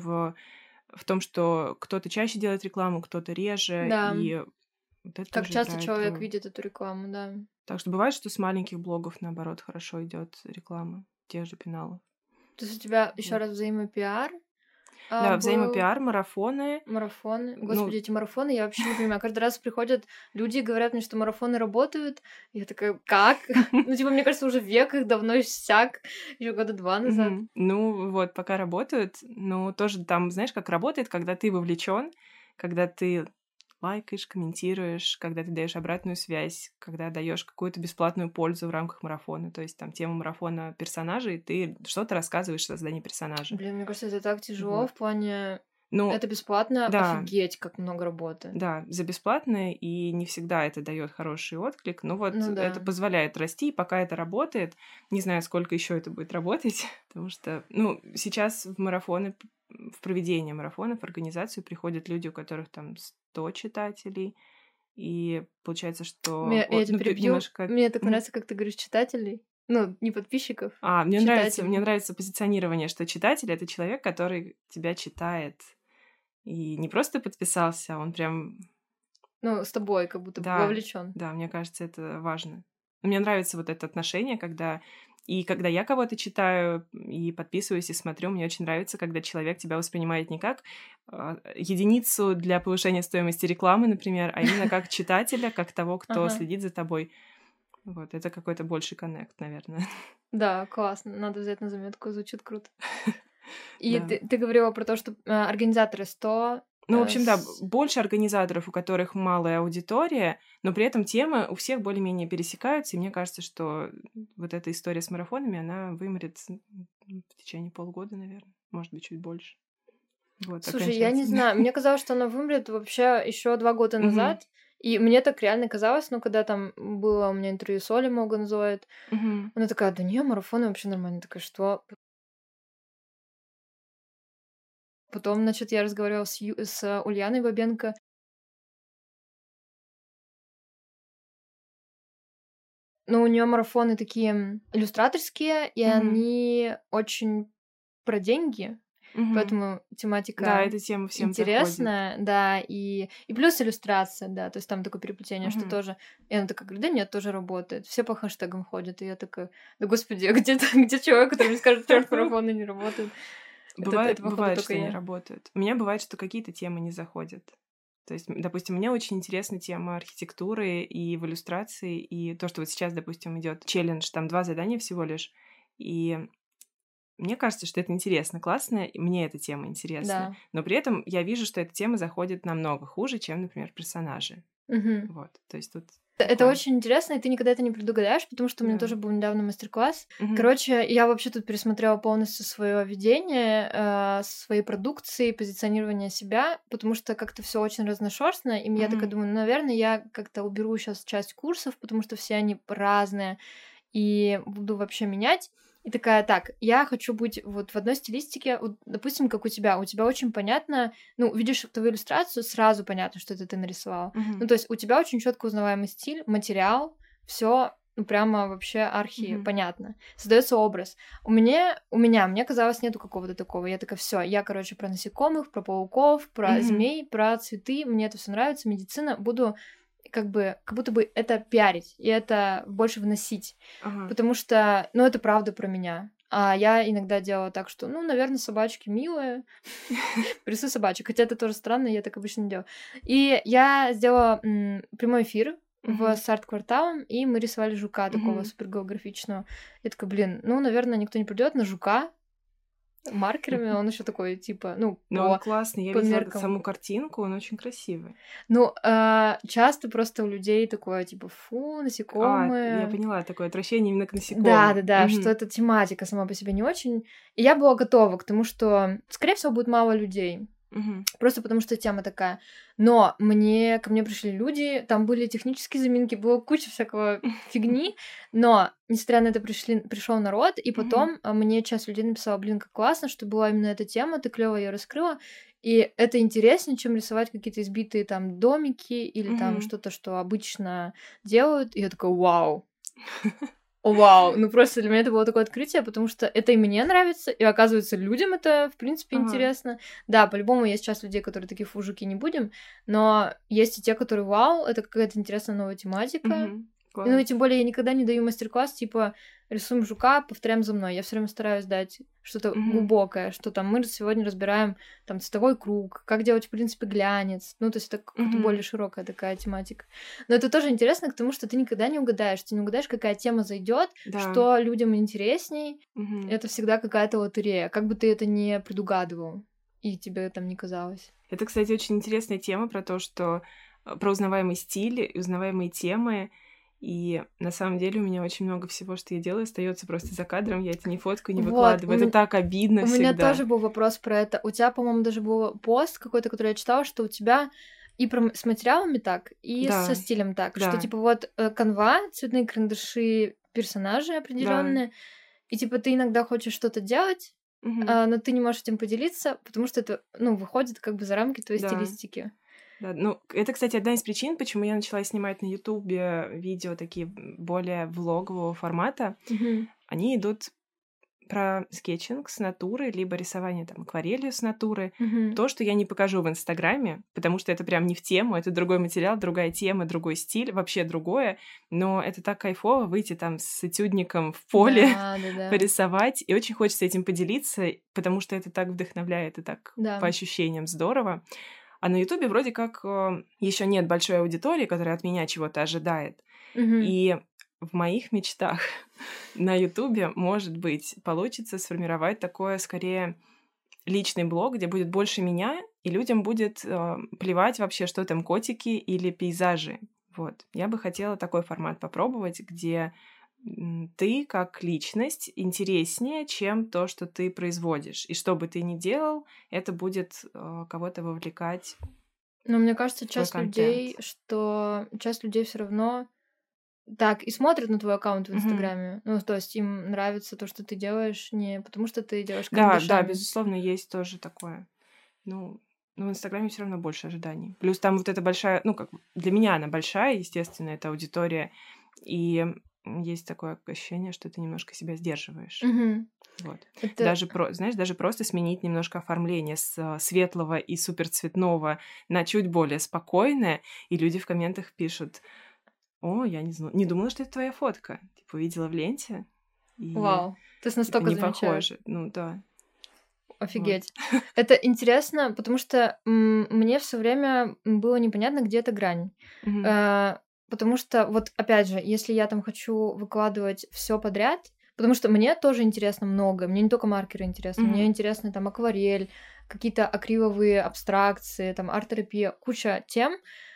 в том, что кто-то чаще делает рекламу, кто-то реже, Да. и вот это Как тоже часто играет человек роль. видит эту рекламу, да. Так что бывает, что с маленьких блогов, наоборот, хорошо идет реклама тех же пеналов. То есть у тебя еще Вот. раз взаимопиар Да, был, взаимопиар, марафоны. марафоны. Ну, Господи, эти марафоны, я вообще не понимаю. Каждый раз приходят люди и говорят мне, что марафоны работают. Я такая, как? Ну, типа, мне кажется, уже век их давно иссяк, еще года 2 назад. ну вот, пока работают, но тоже там, знаешь, как работает, когда ты вовлечен, когда ты лайкаешь, комментируешь, когда ты даешь обратную связь, когда даешь какую-то бесплатную пользу в рамках марафона. То есть там тема марафона персонажей, ты что-то рассказываешь о создании персонажа. Блин, мне кажется, это так тяжело Вот. в плане... Ну, Это бесплатно, да, офигеть, как много работы. да, за бесплатное, и не всегда это дает хороший отклик, но вот Ну это да. позволяет расти, и пока это работает, не знаю, сколько еще это будет работать, потому что, ну, сейчас в марафоны, в проведение марафонов, в организацию приходят люди, у которых там 100 читателей, и получается, что, Я тебя ну, перебью. немножко... Мне так нравится, как ты говоришь, читателей. Ну, не подписчиков, Мне читателей. нравится позиционирование, что читатель — это человек, который тебя читает, и не просто подписался, а он прям... Ну, с тобой как будто бы Да, вовлечен. да, мне кажется, это важно. Мне нравится вот это отношение, когда И когда я кого-то читаю и подписываюсь и смотрю, мне очень нравится, когда человек тебя воспринимает не как единицу для повышения стоимости рекламы, например, а именно как читателя, как того, кто Ага. следит за тобой. Вот, это какой-то больший коннект, наверное. Да, классно. Надо взять на заметку, звучит круто. И Да. ты говорила про то, что организаторы 100... Ну, в общем, да, больше организаторов, у которых малая аудитория, но при этом темы у всех более-менее пересекаются, и мне кажется, что вот эта история с марафонами, она вымрет в течение полгода, наверное, может быть, чуть больше. Вот, Слушай, я не окончательно. знаю, мне казалось, что она вымрет вообще еще 2 года Мгм. назад, и мне так реально казалось, ну, когда там было у меня интервью с Олей Моганзоид, Мгм. она такая: да не, марафоны вообще нормально. Такая: что? Потом, значит, я разговаривала с Ульяной Бабенко. Но у нее марафоны такие иллюстраторские, и Мгм. они очень про деньги, Мгм. поэтому Да, тематика эта тема всем заходит. интересная, да, и плюс иллюстрация, да, то есть там такое переплетение, что Мгм. тоже. И она такая говорит: да нет, тоже работает. Все по хэштегам ходят. И я такая: да господи, а где человек, который мне скажет, что марафоны не работают? Бывает, Это походу бывает, только что они я. работают. У меня бывает, что какие-то темы не заходят. То есть, допустим, мне очень интересна тема архитектуры и в иллюстрации, и то, что вот сейчас, допустим, идет челлендж, там 2 задания всего лишь, и мне кажется, что это интересно, классно, и мне эта тема интересна. Да. Но при этом я вижу, что эта тема заходит намного хуже, чем, например, персонажи. Мгм. Вот, то есть тут Это такое. очень интересно, и ты никогда это не предугадаешь, потому что у меня Да. тоже был недавно мастер-класс. Мгм. Короче, я вообще тут пересмотрела полностью свое ведение, своей продукции, позиционирование себя, потому что как-то все очень разношерстно, и я такая Мгм. думаю: ну, наверное, я как-то уберу сейчас часть курсов, потому что все они разные, и буду вообще менять. И такая: так, я хочу быть вот в одной стилистике, вот, допустим, как у тебя. У тебя очень понятно, ну, видишь твою иллюстрацию, сразу понятно, что это ты нарисовала. Ну, Мгм. то есть у тебя очень четко узнаваемый стиль, материал, все, ну, прямо вообще архи Мгм. понятно. Создается образ. Мне казалось, нету какого-то такого. Я такая: все, я, короче, про насекомых, про пауков, про Мгм. змей, про цветы, мне это все нравится, медицина, буду как будто бы это пиарить и это больше вносить. Ага. Потому что, ну, это правда про меня. А я иногда делала так, что, ну, наверное, собачки милые, рисую собачек. Хотя это тоже странно, я так обычно не делаю. И я сделала прямой эфир Мгм. с арт-кварталом, и мы рисовали жука такого Мгм. супер географичного. Я такая: блин, ну, наверное, никто не придет на жука маркерами. Он еще такой, типа, ну, Но он классный. Я по видела меркам. саму картинку, он очень красивый. Ну, часто просто у людей такое, типа: фу, Я насекомые. поняла, такое отвращение именно к насекомым. Да-да-да, что Мгм. эта тематика сама по себе не очень. И я была готова к тому, что, скорее всего, будет мало людей. Мгм. Просто потому что тема такая. Но ко мне пришли люди, там были технические заминки, было куча всякого фигни, но, несмотря на это, пришел народ, и Мгм. потом мне часть людей написала: блин, как классно, что была именно эта тема, ты клево ее раскрыла, и это интереснее, чем рисовать какие-то избитые там домики или там Мгм. что-то, что обычно делают. И я такая: вау, вау, ну просто для меня это было такое открытие, потому что это и мне нравится, и оказывается, людям это, в принципе, Ага. интересно. Да, по-любому есть часть людей, которые такие: фу, жуки, не будем, но есть и те, которые: вау, это какая-то интересная новая тематика. Мгм. Ну и Класс. тем более я никогда не даю мастер-класс, типа, рисуем жука, повторяем за мной. Я все время стараюсь дать что-то Мгм. глубокое, что там мы сегодня разбираем там цветовой круг, как делать, в принципе, глянец. Ну, то есть это какая-то Мгм. более широкая такая тематика. Но это тоже интересно к тому, что ты никогда не угадаешь. Ты не угадаешь, какая тема зайдет, Да. что людям интересней. Мгм. Это всегда какая-то лотерея, как бы ты это не предугадывал, и тебе там не казалось. Это, кстати, очень интересная тема про то, что про узнаваемый стиль и узнаваемые темы. И на самом деле у меня очень много всего, что я делаю, остается просто за кадром. Я это не фоткаю, не Вот, выкладываю. Это так обидно у меня всегда. тоже был вопрос про это. У тебя, по-моему, даже был пост какой-то, который я читала, что у тебя и с материалами так, и со Да, стилем так, что да, типа вот канва, цветные карандаши, персонажи да. определенные, и типа ты иногда хочешь что-то делать, Мгм. но ты не можешь этим поделиться, потому что это, ну, выходит как бы за рамки твоей Да. стилистики. Да, ну, это, кстати, одна из причин, почему я начала снимать на "Ютубе" видео такие более влогового формата. Мгм. Они идут про скетчинг с натуры, либо рисование там акварелью с натуры. Мгм. То, что я не покажу в Инстаграме, потому что это прям не в тему, это другой материал, другая тема, другой стиль, вообще другое. Но это так кайфово выйти там с этюдником в поле, Да. порисовать. И очень хочется этим поделиться, потому что это так вдохновляет и так Да. по ощущениям здорово. А на Ютубе вроде как еще нет большой аудитории, которая от меня чего-то ожидает. Мгм. И в моих мечтах на Ютубе, может быть, получится сформировать такое, скорее, личный блог, где будет больше меня, и людям будет плевать вообще, что там котики или пейзажи. Вот. Я бы хотела такой формат попробовать, где ты как личность интереснее, чем то, что ты производишь. И что бы ты ни делал, это будет кого-то вовлекать Но мне кажется, в твой контент. часть людей все равно так и смотрят на твой аккаунт в Мгм. Инстаграме. Ну, то есть им нравится то, что ты делаешь, не потому что ты делаешь Да, карандашами. безусловно, есть тоже такое. Ну, в Инстаграме все равно больше ожиданий. Плюс там вот эта большая, ну, как бы для меня она большая, естественно, это аудитория, и есть такое ощущение, что ты немножко себя сдерживаешь. Мгм. Вот. Это Знаешь, даже просто сменить немножко оформление с светлого и суперцветного на чуть более спокойное, и люди в комментах пишут: «О, я не думала, что это твоя фотка. Типа, увидела в ленте, и вау. То есть типа настолько не замечают. похоже». Ну да, вот. Офигеть. Это интересно, потому что мне все время было непонятно, где эта грань. Мгм. Потому что, вот опять же, если я там хочу выкладывать все подряд, потому что мне тоже интересно много, мне не только маркеры интересны, мне Мгм. интересны там акварель, какие-то акриловые абстракции, там арт-терапия, куча тем.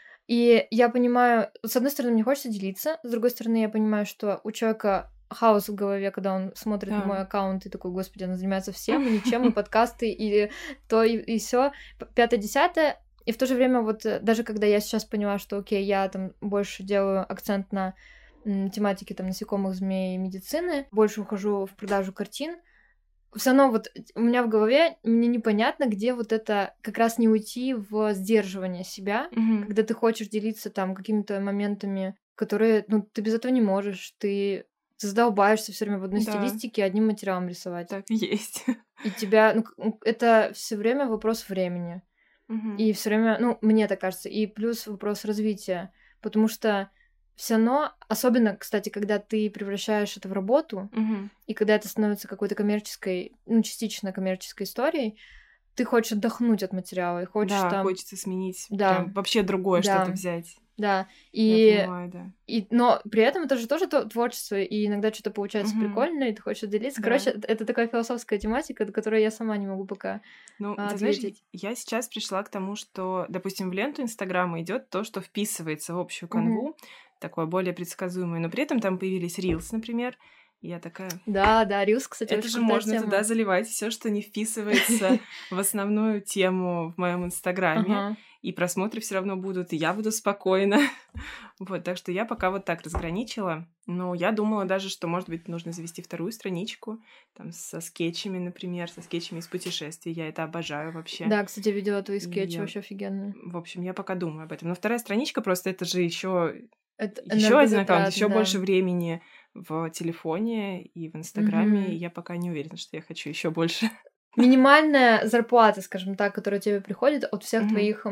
И я понимаю, с одной стороны, мне хочется делиться, с другой стороны, я понимаю, что у человека хаос в голове, когда он смотрит на мой Да. аккаунт и такой: господи, она занимается всем и ничем, и подкасты, и то, и все, пятое, десятое. И в то же время вот даже когда я сейчас поняла, что окей, я там больше делаю акцент на тематике там насекомых, змей и медицины, больше ухожу в продажу картин, все равно вот у меня в голове мне непонятно, где вот это как раз не уйти в сдерживание себя, Мгм. когда ты хочешь делиться там какими-то моментами, которые, ну, ты без этого не можешь, ты задолбаешься все время в одной Да, стилистике одним материалом рисовать. так и есть. И тебя, это все время вопрос времени. Мгм. И все время, ну, мне так кажется, и плюс вопрос развития, потому что все равно, особенно, кстати, когда ты превращаешь это в работу, Мгм. и когда это становится какой-то коммерческой, ну, частично коммерческой историей, ты хочешь отдохнуть от материала, и хочешь Да, там... хочется сменить, прям Да, вообще другое что-то да, взять. да. Я понимаю, да. Но при этом это же тоже творчество, и иногда что-то получается Мгм. прикольное, и ты хочешь делиться. Да. Короче, это такая философская тематика, до которой я сама не могу пока Ну, ты знаешь, ответить. я сейчас пришла к тому, что, допустим, в ленту Инстаграма идет то, что вписывается в общую Мгм. канву, такое более предсказуемое, но при этом там появились рилс, например. И я такая, Да, Рилс, кстати, это очень же крутая можно туда тема. заливать все, что не вписывается в основную тему в моем Инстаграме, Ага. и просмотры все равно будут, и я буду спокойна. Вот, так что я пока вот так разграничила. Но я думала даже, что, может быть, нужно завести вторую страничку, там, со скетчами, например, со скетчами из путешествий. Я это обожаю вообще. Да, кстати, видела твои скетчи, И, вообще офигенные. в общем, я пока думаю об этом. Но вторая страничка просто это же еще Это один аккаунт, энергозатратно, еще да. больше времени в телефоне и в Инстаграме. И я пока не уверена, что я хочу еще больше. Минимальная зарплата, скажем так, которая тебе приходит от всех Мгм. твоих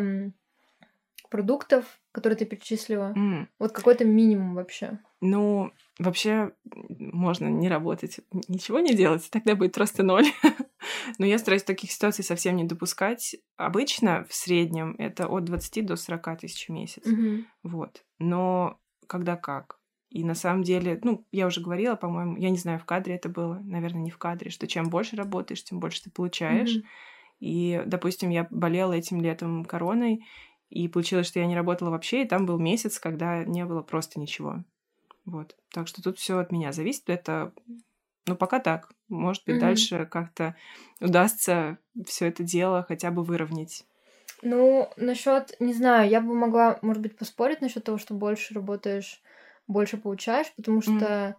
продуктов, которые ты перечислила. М. Вот какой-то минимум вообще. Ну, вообще, можно не работать, ничего не делать, тогда будет просто 0. Но я стараюсь таких ситуаций совсем не допускать. Обычно в среднем это от 20 до 40 тысяч в месяц. Мгм. Вот. Но когда как. И на самом деле, ну, я уже говорила, по-моему, я не знаю, в кадре это было, наверное, не в кадре, что чем больше работаешь, тем больше ты получаешь. Мгм. И, допустим, я болела этим летом короной, и получилось, что я не работала вообще, и там был месяц, когда не было просто ничего. Вот. Так что тут все от меня зависит. Это, ну, пока так. Может быть, Мгм. дальше как-то удастся все это дело хотя бы выровнять. Ну, насчет, не знаю, я бы могла, может быть, поспорить насчет того, что больше работаешь, больше получаешь, потому М, что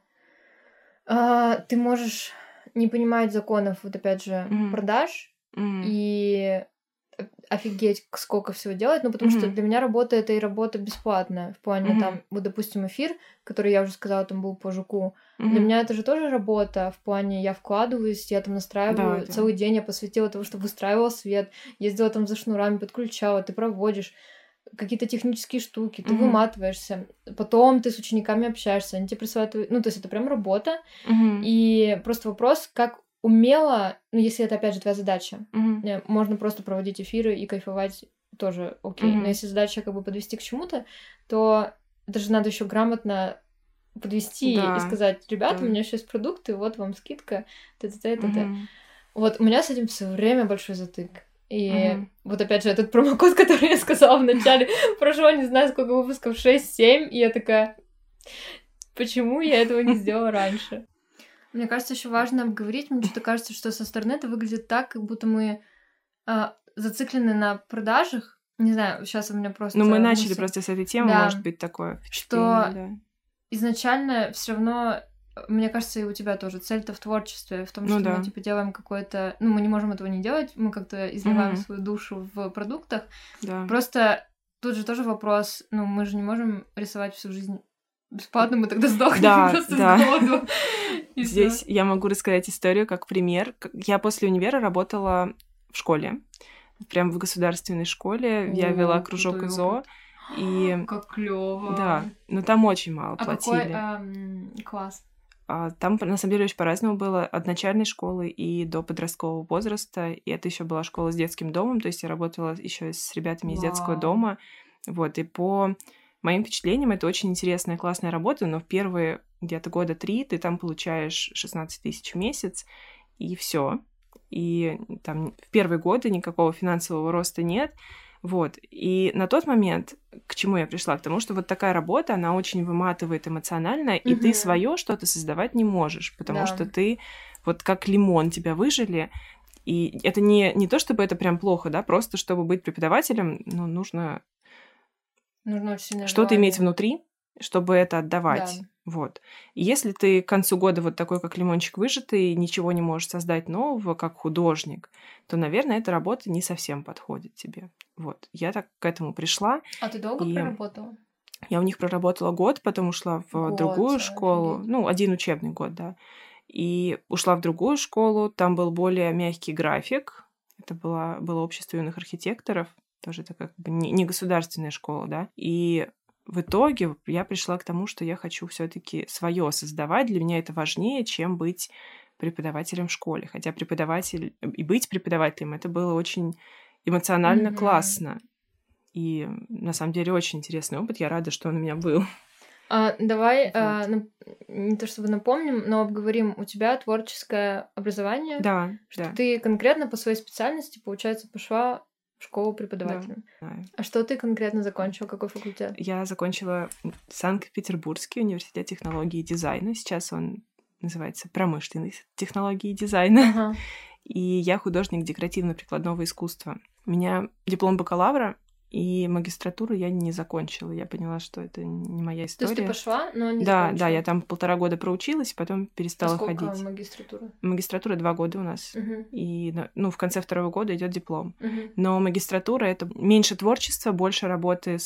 ты можешь не понимать законов, вот опять же, мгм, продаж, м, и офигеть, сколько всего делать, ну, потому что для меня работа — это и работа бесплатная, в плане там, вот, допустим, эфир, который я уже сказала, там был по Жуку, для меня это же тоже работа, в плане я вкладываюсь, я там настраиваю, целый день я посвятила тому, чтобы выстраивала свет, ездила там за шнурами, подключала, ты проводишь какие-то технические штуки, ты выматываешься, потом ты с учениками общаешься, они тебе присылают, ну, то есть это прям работа, и просто вопрос, как умело, ну, если это, опять же, твоя задача, можно просто проводить эфиры и кайфовать, тоже окей. Но если задача как бы подвести к чему-то, то это же надо еще грамотно подвести и сказать: ребята, у меня сейчас продукты, вот вам скидка, т-т-т. Вот у меня с этим все время большой затык. И вот опять же этот промокод, который я сказала в начале, прошло не знаю сколько выпусков, 6-7, и я такая, почему я этого не сделала раньше? Мне кажется, еще важно обговорить. Мне что-то кажется, что со стороны это выглядит так, как будто мы зациклены на продажах. Не знаю, сейчас у меня просто... Ну, мы начали просто с этой темы, может быть, такое впечатление, что изначально все равно, мне кажется, и у тебя тоже цель-то в творчестве, в том, что мы, типа, делаем какое-то... Ну, мы не можем этого не делать, мы как-то изливаем свою душу в продуктах. Просто тут же тоже вопрос, ну, мы же не можем рисовать всю жизнь бесплатно, мы тогда сдохнем просто с голоду. Здесь я могу рассказать историю как пример. Я после универа работала в школе, прям в государственной школе. Я вела кружок ИЗО. И... Как клёво. Да, но там очень мало платили. Какой класс? Там, на самом деле, очень по-разному было. От начальной школы и до подросткового возраста. И это еще была школа с детским домом. То есть я работала еще с ребятами из детского дома. Вот, и по моим впечатлениям, это очень интересная, классная работа, но в первые где-то 3 года ты там получаешь 16 тысяч в месяц, и все. И там в первые годы никакого финансового роста нет. Вот. И на тот момент, к чему я пришла? К тому, что вот такая работа, она очень выматывает эмоционально, и ты свое что-то создавать не можешь, потому что ты вот как лимон, тебя выжили. И это не то, чтобы это прям плохо, да, просто чтобы быть преподавателем, ну, нужно что-то иметь внутри, чтобы это отдавать. Да. Вот. И если ты к концу года вот такой, как лимончик выжатый, ничего не можешь создать нового, как художник, то, наверное, эта работа не совсем подходит тебе. Вот. Я так к этому пришла. А ты долго проработала? Я у них проработала год, потом ушла в другую школу. Ну, 1 учебный год, да. И ушла в другую школу. Там был более мягкий график. Это было общество юных архитекторов. Тоже это как бы не государственная школа, да. И в итоге я пришла к тому, что я хочу все-таки свое создавать. Для меня это важнее, чем быть преподавателем в школе. Хотя быть преподавателем это было очень эмоционально классно. И на самом деле очень интересный опыт. Я рада, что он у меня был. Давай не то чтобы напомним, но обговорим. У тебя творческое образование. Да. Ты конкретно по своей специальности, получается, пошла в школу преподавателем. Да. А что ты конкретно закончила? Какой факультет? Я закончила Санкт-Петербургский университет технологии и дизайна. Сейчас он называется промышленной технологии и дизайна. И я художник декоративно-прикладного искусства. У меня диплом бакалавра, и магистратуру я не закончила. Я поняла, что это не моя история. То есть ты пошла, но не закончила? Да, я там 1,5 года проучилась, потом перестала ходить. Сколько магистратура? Магистратура 2 года у нас. И в конце 2-го года идет диплом. Но магистратура — это меньше творчества, больше работы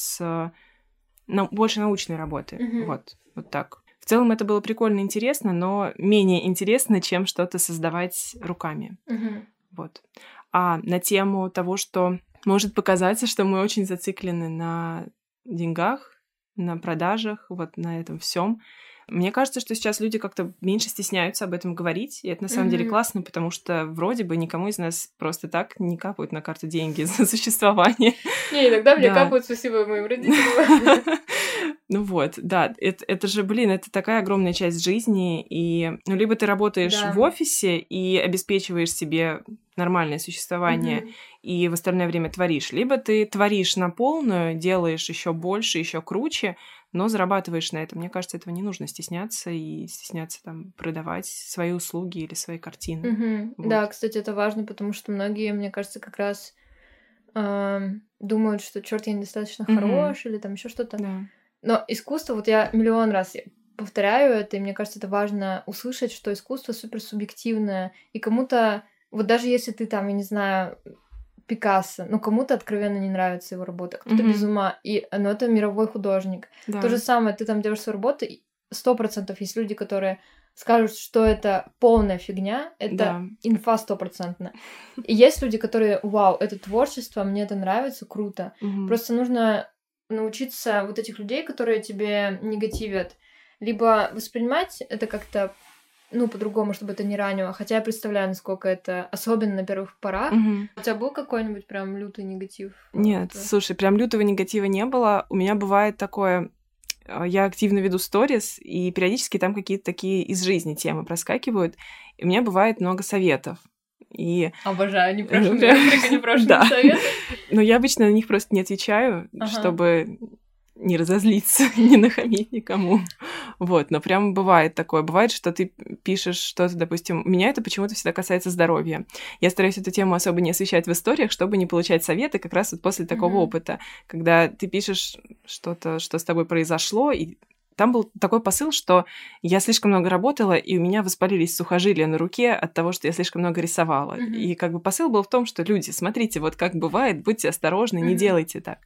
больше научной работы. Вот так. В целом это было прикольно, интересно, но менее интересно, чем что-то создавать руками. Вот. А на тему того, что может показаться, что мы очень зациклены на деньгах, на продажах, вот на этом всем. Мне кажется, что сейчас люди как-то меньше стесняются об этом говорить, и это на самом деле классно, потому что вроде бы никому из нас просто так не капают на карту деньги за существование. Не, иногда мне капают, спасибо моим родителям. Ну вот, да, это же, это такая огромная часть жизни, и либо ты работаешь в офисе и обеспечиваешь себе нормальное существование, и в остальное время творишь, либо ты творишь на полную, делаешь еще больше, еще круче, но зарабатываешь на этом. Мне кажется, этого не нужно стесняться там продавать свои услуги или свои картины. Вот. Да, кстати, это важно, потому что многие, мне кажется, как раз думают, что черт, я недостаточно хорош или там еще что-то. Да. Но искусство, вот я миллион раз повторяю это, и мне кажется, это важно услышать, что искусство суперсубъективное, и кому-то, вот даже если ты там, я не знаю, Пикассо, ну, кому-то откровенно не нравится его работа, кто-то без ума, но это мировой художник. Да. То же самое, ты там делаешь свою работу, и 100% есть люди, которые скажут, что это полная фигня, это инфа 100%. И есть люди, которые, вау, это творчество, мне это нравится, круто. Просто нужно научиться вот этих людей, которые тебе негативят, либо воспринимать это как-то по-другому, чтобы это не ранило. Хотя я представляю, насколько это, особенно на первых порах. У тебя был какой-нибудь прям лютый негатив? Нет, слушай, прям лютого негатива не было. У меня бывает такое... Я активно веду сторис, и периодически там какие-то такие из жизни темы проскакивают. И у меня бывает много советов. И... Обожаю, непрошенные советы. Но я обычно на них просто не отвечаю, чтобы не разозлиться, не нахамить никому. Вот, но прям бывает такое. Бывает, что ты пишешь что-то, допустим, меня это почему-то всегда касается здоровья. Я стараюсь эту тему особо не освещать в историях, чтобы не получать советы как раз вот после такого опыта, когда ты пишешь что-то, что с тобой произошло, и там был такой посыл, что я слишком много работала, и у меня воспалились сухожилия на руке от того, что я слишком много рисовала. И как бы посыл был в том, что люди, смотрите, вот как бывает, будьте осторожны, не делайте так.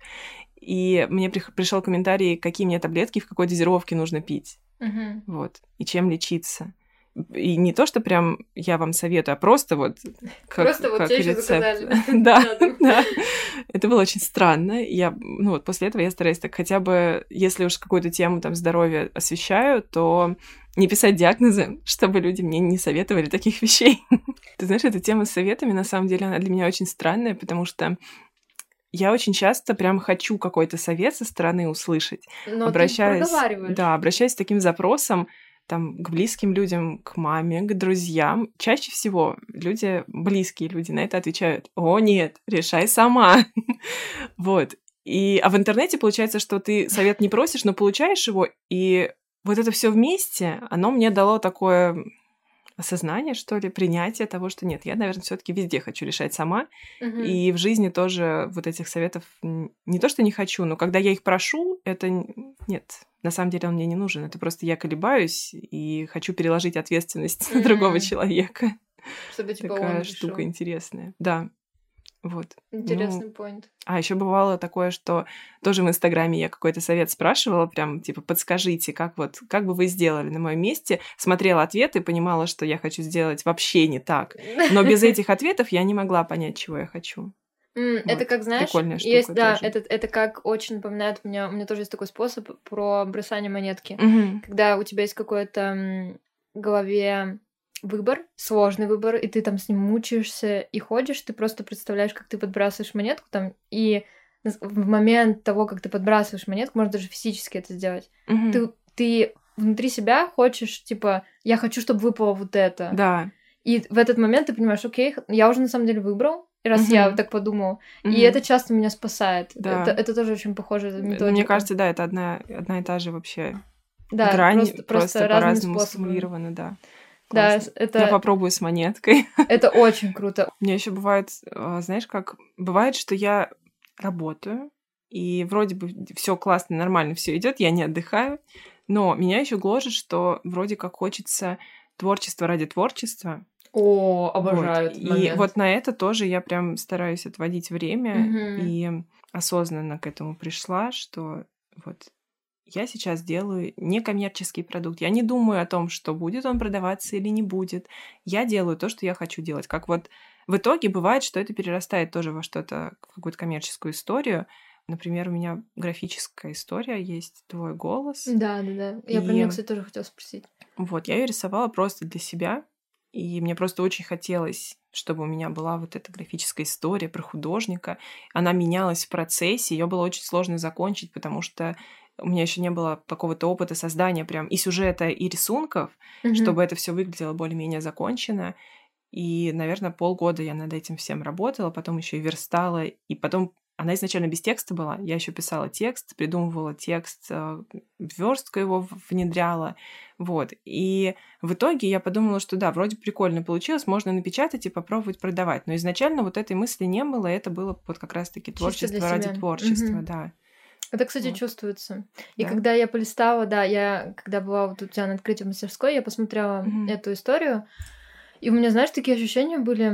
И мне пришел комментарий, какие мне таблетки, в какой дозировке нужно пить. Вот. И чем лечиться. И не то, что прям я вам советую, а просто вот как тебе еще рецепт. заказали. Да. Это было очень странно. После этого я стараюсь так хотя бы, если уж какую-то тему там здоровья освещаю, то не писать диагнозы, чтобы люди мне не советовали таких вещей. Ты знаешь, эта тема с советами, на самом деле, она для меня очень странная, потому что я очень часто прям хочу какой-то совет со стороны услышать. Но ты проговариваешь. Да, обращаюсь с таким запросом там, к близким людям, к маме, к друзьям. Чаще всего близкие люди на это отвечают: «О, нет, решай сама». Вот. А в интернете получается, что ты совет не просишь, но получаешь его, и вот это все вместе, оно мне дало такое... осознание, что ли, принятие того, что нет, я, наверное, все-таки везде хочу решать сама. И в жизни тоже вот этих советов не то, что не хочу, но когда я их прошу, это нет. На самом деле он мне не нужен. Это просто я колебаюсь и хочу переложить ответственность на другого человека. Чтобы типа такая он штука решил. интересная. Да. Вот. Интересный поинт. А еще бывало такое, что тоже в Инстаграме я какой-то совет спрашивала, прям типа подскажите, как бы вы сделали на моем месте. Смотрела ответы, понимала, что я хочу сделать вообще не так. Но без этих ответов я не могла понять, чего я хочу. Это как, знаешь, прикольная штука есть, да, тоже. это как очень напоминает, у меня тоже есть такой способ про бросание монетки. Мгм. Когда у тебя есть какой-то в голове выбор, сложный выбор, и ты там с ним мучаешься и ходишь, ты просто представляешь, как ты подбрасываешь монетку там, и в момент того, как ты подбрасываешь монетку, можно даже физически это сделать. Мгм. Ты внутри себя хочешь, типа, я хочу, чтобы выпало вот это. Да. И в этот момент ты понимаешь, окей, я уже на самом деле выбрал, раз я так подумал. И это часто меня спасает. Да. Это тоже очень похоже на методику. Мне кажется, да, это одна и та же вообще да, грань, просто по-разному способами. сформулирована, да. Да, Классно. Я попробую с монеткой. Это очень круто. У меня еще бывает, знаешь, как бывает, что я работаю, и вроде бы все классно, нормально, все идет, я не отдыхаю, но меня еще гложет, что вроде как хочется творчества ради творчества. О, обожаю этот момент. И вот на это тоже я прям стараюсь отводить время, и осознанно к этому пришла, что вот я сейчас делаю некоммерческий продукт. Я не думаю о том, что будет он продаваться или не будет. Я делаю то, что я хочу делать. Как вот в итоге бывает, что это перерастает тоже во что-то, в какую-то коммерческую историю. Например, у меня графическая история есть «Твой голос». Да. Я про нее, кстати, тоже хотела спросить. Вот, я ее рисовала просто для себя. И мне просто очень хотелось, чтобы у меня была вот эта графическая история про художника. Она менялась в процессе, ее было очень сложно закончить, потому что у меня еще не было какого-то опыта создания прям и сюжета, и рисунков, чтобы это все выглядело более-менее закончено. И, наверное, полгода я над этим всем работала, потом еще и верстала, и потом она изначально без текста была. Я еще писала текст, придумывала текст, верстку его внедряла. Вот. И в итоге я подумала, что да, вроде прикольно получилось, можно напечатать и попробовать продавать. Но изначально вот этой мысли не было, и это было вот как раз-таки творчество ради творчества, да. Это, кстати, Вот. чувствуется. И Да? когда я полистала, да, когда была вот у тебя на открытии мастерской, я посмотрела эту историю, и у меня, знаешь, такие ощущения были,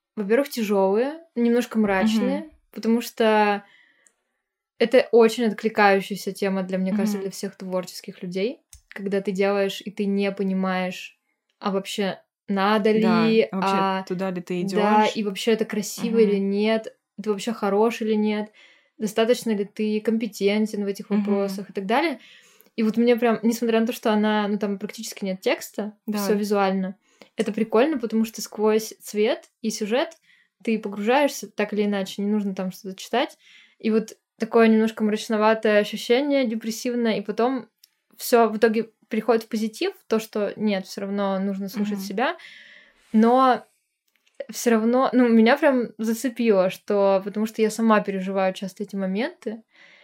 во-первых, тяжелые, немножко мрачные, потому что это очень откликающаяся тема для, мне кажется, для всех творческих людей, когда ты делаешь, и ты не понимаешь, а вообще надо ли, вообще туда ли ты идешь, да, и вообще это красиво или нет, ты вообще хорош или нет, достаточно ли ты компетентен в этих вопросах и так далее. И вот мне прям, несмотря на то, что она, ну там практически нет текста, все визуально, это прикольно, потому что сквозь цвет и сюжет ты погружаешься так или иначе, не нужно там что-то читать. И вот такое немножко мрачноватое ощущение, депрессивное, и потом все в итоге приходит в позитив, то, что нет, все равно нужно слушать себя, но все равно, ну, меня прям зацепило, что, потому что я сама переживаю часто эти моменты,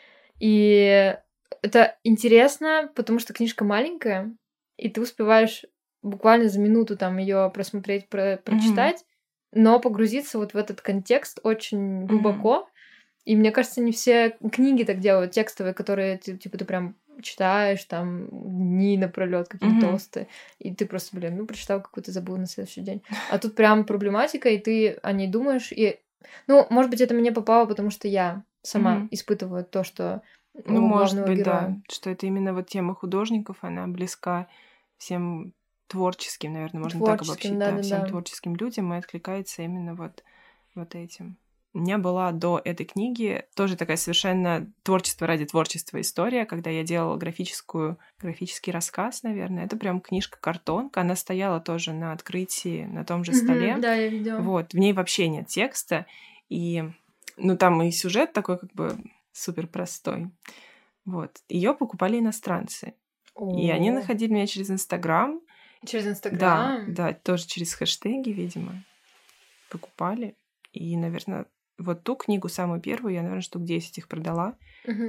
и это интересно, потому что книжка маленькая, и ты успеваешь буквально за минуту там ее просмотреть, прочитать, но погрузиться вот в этот контекст очень глубоко. И мне кажется, не все книги так делают, текстовые, которые ты, типа, ты прям читаешь там дни напролёт, какие-то толстые, и ты просто, блин, ну, прочитал какую-то, забыл на следующий день. А тут прям проблематика, и ты о ней думаешь, и... Ну, может быть, это мне попало, потому что я сама испытываю то, что ну, может быть, героя. Да, что это именно вот тема художников, она близка всем творческим, наверное, можно так обобщить, да, всем творческим людям, и откликается именно вот этим. У меня была до этой книги тоже такая совершенно творчество ради творчества история, когда я делала графический рассказ, наверное. Это прям книжка-картонка. Она стояла тоже на открытии на том же столе. Да, я видела. Вот, в ней вообще нет текста. И, ну, там и сюжет такой как бы супер простой. Вот. Ее покупали иностранцы. И они находили меня через Инстаграм. Через Инстаграм? Да, тоже через хэштеги, видимо, покупали. И, наверное, вот ту книгу, самую первую, я, наверное, штук 10 их продала.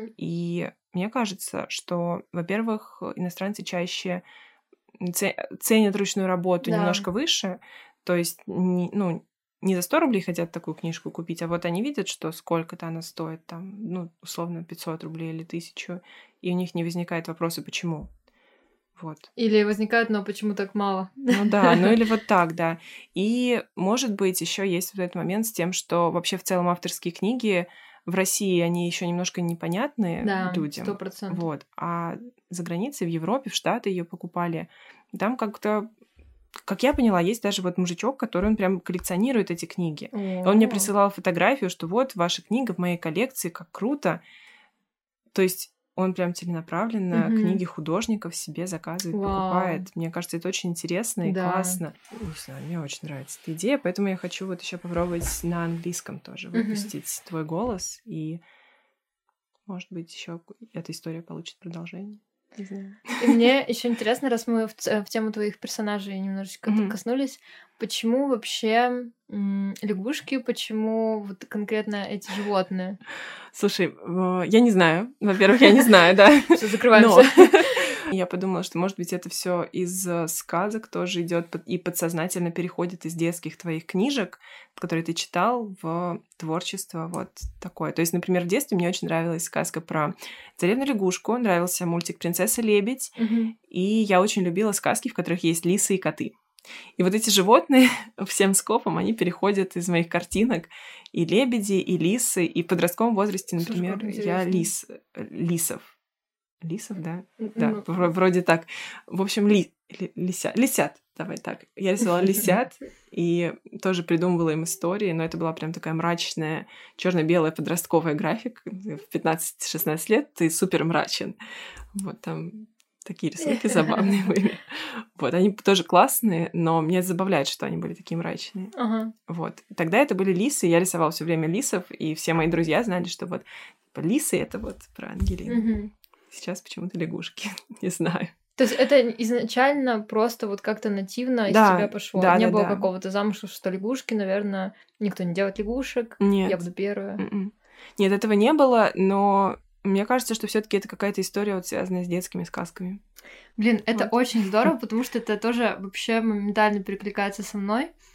И мне кажется, что, во-первых, иностранцы чаще ценят ручную работу немножко выше. То есть, не за 100 рублей хотят такую книжку купить, а вот они видят, что сколько-то она стоит, там, ну, условно, 500 рублей или 1000, и у них не возникает вопроса, почему. Вот. Или возникает, но почему так мало? Ну да, ну или вот так, да. И, может быть, еще есть вот этот момент с тем, что вообще в целом авторские книги в России, они еще немножко непонятны людям. 100%. Вот. А за границей, в Европе, в Штаты ее покупали. Там как-то, как я поняла, есть даже вот мужичок, который он прям коллекционирует эти книги. Он мне присылал фотографию, что вот ваша книга в моей коллекции, как круто. То есть он прям целенаправленно книги художников себе заказывает, покупает. Мне кажется, это очень интересно и классно. Не знаю, мне очень нравится эта идея, поэтому я хочу вот еще попробовать на английском тоже выпустить твой голос, и, может быть, еще эта история получит продолжение. Не знаю. И мне еще интересно, раз мы в тему твоих персонажей немножечко коснулись, почему вообще лягушки, почему вот конкретно эти животные? Слушай, я не знаю. Во-первых, я не знаю, да. Все, закрываемся. Я подумала, что, может быть, это все из сказок тоже идет и подсознательно переходит из детских твоих книжек, которые ты читал, в творчество вот такое. То есть, например, в детстве мне очень нравилась сказка про царевну-лягушку, нравился мультик «Принцесса-лебедь», и я очень любила сказки, в которых есть лисы и коты. И вот эти животные всем скопом, они переходят из моих картинок, и лебеди, и лисы, и в подростковом возрасте, например, я лисов, да? Да, вроде так. В общем, лисят, давай так. Я рисовала лисят, и тоже придумывала им истории, но это была прям такая мрачная, черно-белая подростковая графика. В 15-16 лет ты супер мрачен. Вот там такие рисунки забавные были. Вот, они тоже классные, но меня забавляет, что они были такие мрачные. Вот. Тогда это были лисы, я рисовала все время лисов, и все мои друзья знали, что вот лисы — это вот про Ангелину. Сейчас почему-то лягушки, не знаю. То есть это изначально просто вот как-то нативно из тебя пошло? Не было какого-то замысла, что лягушки, наверное, никто не делает лягушек, я буду первая. Нет, этого не было, но мне кажется, что все-таки это какая-то история, вот связанная с детскими сказками. Блин, это очень здорово, потому что это тоже вообще моментально перекликается со мной.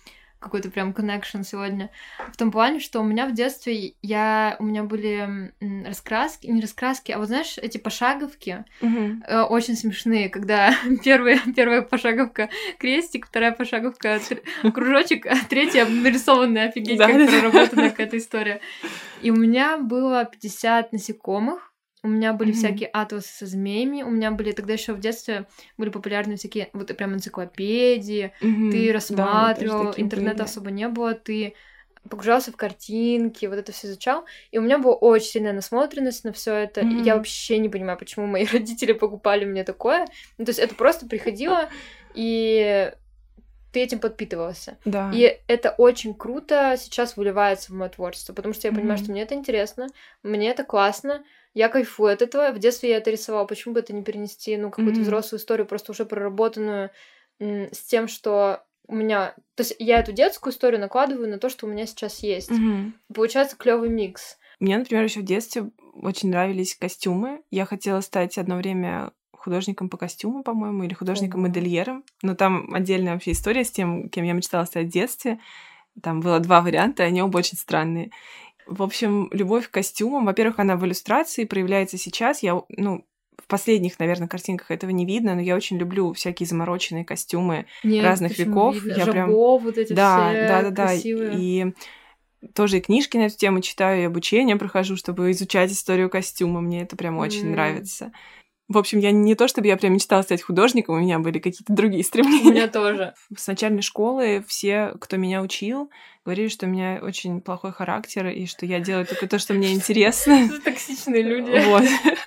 какой-то прям connection сегодня. В том плане, что у меня в детстве у меня были раскраски, не раскраски, а вот знаешь, эти пошаговки очень смешные, когда первая пошаговка крестик, вторая пошаговка кружочек, а третья нарисованная, офигеть, как проработанная какая-то история. И у меня было 50 насекомых. У меня были всякие атласы со змеями, у меня были тогда еще в детстве были популярны всякие вот прям энциклопедии, ты рассматривал, интернета особо не было, ты погружался в картинки, вот это все изучал, и у меня была очень сильная насмотренность на все это. И я вообще не понимаю, почему мои родители покупали мне такое. Ну, то есть это просто приходило, и ты этим подпитывался. Да. И это очень круто сейчас выливается в мое творчество, потому что я понимаю, что мне это интересно, мне это классно, я кайфую от этого. В детстве я это рисовала. Почему бы это не перенести, какую-то взрослую историю, просто уже проработанную, с тем, что у меня... То есть я эту детскую историю накладываю на то, что у меня сейчас есть. Получается клёвый микс. Мне, например, еще в детстве очень нравились костюмы. Я хотела стать одно время художником по костюму, по-моему, или художником-модельером. Но там отдельная вообще история с тем, кем я мечтала стать в детстве. Там было 2 варианта, они оба очень странные. В общем, любовь к костюмам, во-первых, она в иллюстрации проявляется сейчас. Я, в последних, наверное, картинках этого не видно, но я очень люблю всякие замороченные костюмы разных веков. Я Жабо, вот эти все красивые. И тоже и книжки на эту тему читаю, и обучение прохожу, чтобы изучать историю костюма. Мне это прям очень нравится. В общем, я не то, чтобы я прям мечтала стать художником, у меня были какие-то другие стремления. У меня тоже. С начальной школы все, кто меня учил, говорили, что у меня очень плохой характер, и что я делаю только то, что мне интересно. Токсичные люди. Вот.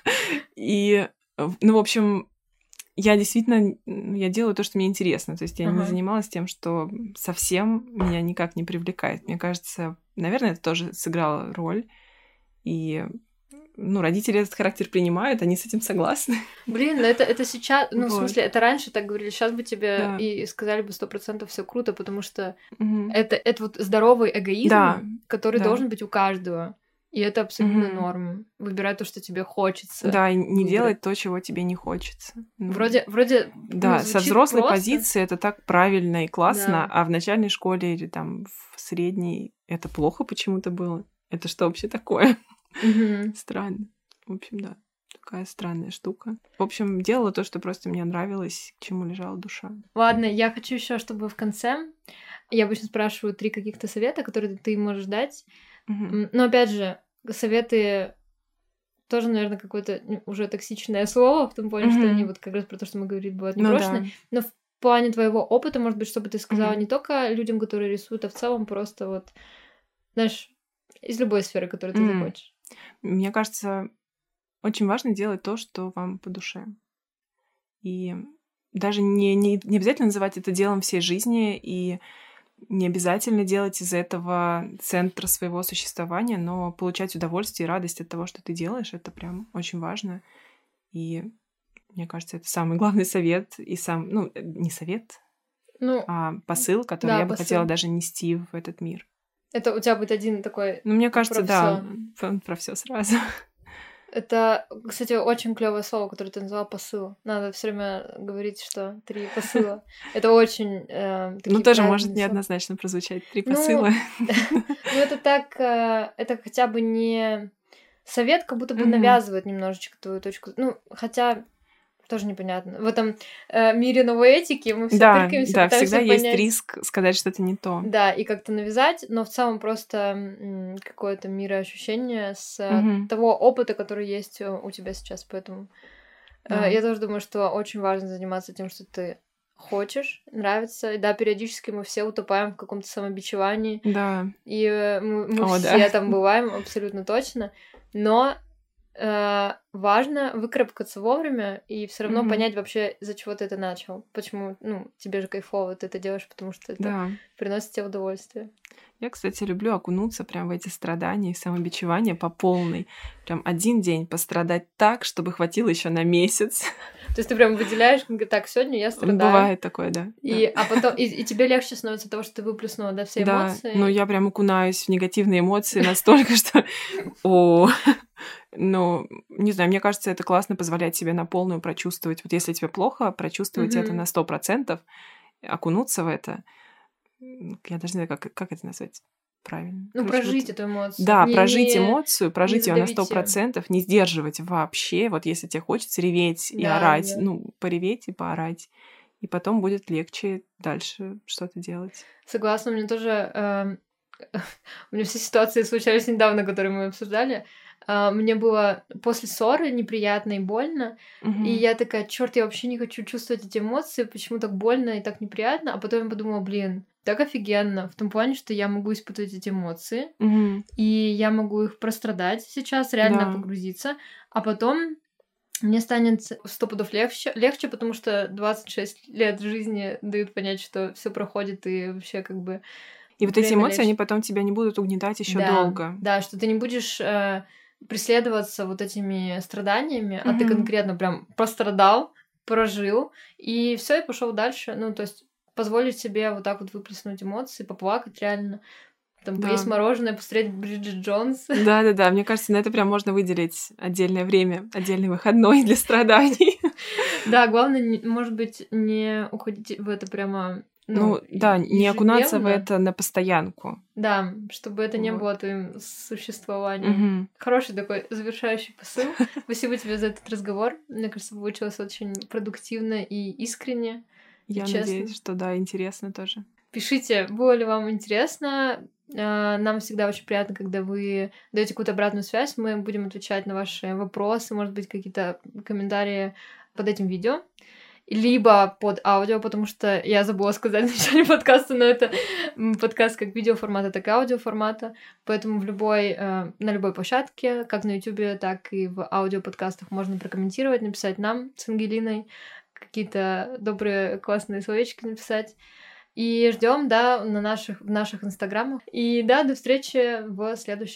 И, в общем, я действительно, я делаю то, что мне интересно. То есть я не занималась тем, что совсем меня никак не привлекает. Мне кажется, наверное, это тоже сыграло роль. И родители этот характер принимают, они с этим согласны. Блин, это сейчас, в смысле, это раньше так говорили, сейчас бы тебе и сказали бы 100% все круто, потому что это вот здоровый эгоизм, который должен быть у каждого. И это абсолютно норм. Выбирай то, что тебе хочется. Да, и не делать то, чего тебе не хочется. Вроде да, со взрослой позиции это так правильно и классно, а в начальной школе или там в средней это плохо почему-то было. Это что вообще такое? Странно. В общем, да, такая странная штука. В общем, делала то, что просто мне нравилось, к чему лежала душа. Ладно, я хочу еще, чтобы в конце я обычно спрашиваю 3 каких-то совета, которые ты можешь дать. Но опять же, советы тоже, наверное, какое-то уже токсичное слово, в том плане, что они вот как раз про то, что мы говорили, бывают непрошенные. Но в плане твоего опыта, может быть, чтобы ты сказала не только людям, которые рисуют, а в целом просто вот, знаешь, из любой сферы, которой ты захочешь. Мне кажется, очень важно делать то, что вам по душе. И даже не обязательно называть это делом всей жизни, и не обязательно делать из этого центр своего существования, но получать удовольствие и радость от того, что ты делаешь, это прям очень важно. И мне кажется, это самый главный совет, и не совет, а посыл, который я бы хотела даже нести в этот мир. Это у тебя будет один такой... мне кажется, про все сразу. Это, кстати, очень клевое слово, которое ты назвала посыл. Надо все время говорить, что 3 посыла. Это очень... тоже может неоднозначно прозвучать 3 посыла. Это так... Это хотя бы не... Совет как будто бы навязывает немножечко твою точку... хотя... Тоже непонятно. В этом мире новой этики мы все тыркаемся, пытаемся всегда понять. есть риск сказать что-то не то. Да, и как-то навязать, но в целом просто какое-то мироощущение с того опыта, который есть у тебя сейчас. Поэтому я тоже думаю, что очень важно заниматься тем, что ты хочешь, нравится. И да, периодически мы все утопаем в каком-то самобичевании. Да. И мы все там бываем, абсолютно точно. Но важно выкарабкаться вовремя и все равно понять вообще, из-за чего ты это начал. Почему, тебе же кайфово, ты это делаешь, потому что это приносит тебе удовольствие. Я, кстати, люблю окунуться прям в эти страдания и самобичевания по полной. Прям один день пострадать так, чтобы хватило еще на месяц. То есть ты прям выделяешь, так, сегодня я страдаю. Бывает такое, да. А потом, и тебе легче становится от того, что ты выплеснула, все эмоции. Да, я прям окунаюсь в негативные эмоции настолько, что... не знаю, мне кажется, это классно позволять себе на полную прочувствовать. Вот если тебе плохо, прочувствовать это на 100%, окунуться в это. Я даже не знаю, как это назвать правильно. Ну, Короче, прожить вот, эту эмоцию. да, прожить эмоцию, Не прожить ее на задавить её. 100%, не сдерживать вообще. Вот если тебе хочется реветь и Да, орать, да. ну, пореветь и поорать. И потом будет легче дальше что-то делать. Согласна, мне тоже... У меня все ситуации случались недавно, которые мы обсуждали. Мне было после ссоры неприятно и больно. И Мгм. я такая, черт, я вообще не хочу чувствовать эти эмоции, почему так больно и так неприятно. А потом я подумала, блин, так офигенно. В том плане, что я могу испытывать эти эмоции, Мгм. и я могу их прострадать сейчас, реально Да. погрузиться. А потом мне станет 100 пудов легче, потому что 26 лет жизни дают понять, что все проходит и вообще как бы И вот эти время эмоции, они лечит. потом тебя не будут угнетать еще Да, долго. да, что ты не будешь преследоваться вот этими страданиями, а ты Мгм. конкретно прям пострадал, прожил, и все, и пошел дальше. Ну, то есть позволить себе вот так вот выплеснуть эмоции, поплакать реально, там, поесть Да. мороженое, посмотреть Бриджит Джонс. Да-да-да, мне кажется, на это прям можно выделить отдельное время, отдельный выходной для страданий. Да, главное, может быть, не уходить в это прямо, Ну да, не окунаться в ежедневно. это на постоянку. Да, чтобы это не Вот. было твоим существованием. Мгм. Хороший такой завершающий посыл. Спасибо тебе за этот разговор. Мне кажется, получилось очень продуктивно и искренне, и Я честно. надеюсь, что да, интересно тоже. Пишите, было ли вам интересно. Нам всегда очень приятно, когда вы даете какую-то обратную связь. Мы будем отвечать на ваши вопросы, может быть, какие-то комментарии под этим видео. Либо под аудио, потому что я забыла сказать в начале подкаста, но это подкаст как видеоформата, так и аудиоформата, поэтому на любой площадке, как на YouTube, так и в аудиоподкастах можно прокомментировать, написать нам с Ангелиной, какие-то добрые, классные словечки написать. И ждем, да, в наших инстаграмах. И да, до встречи в следующем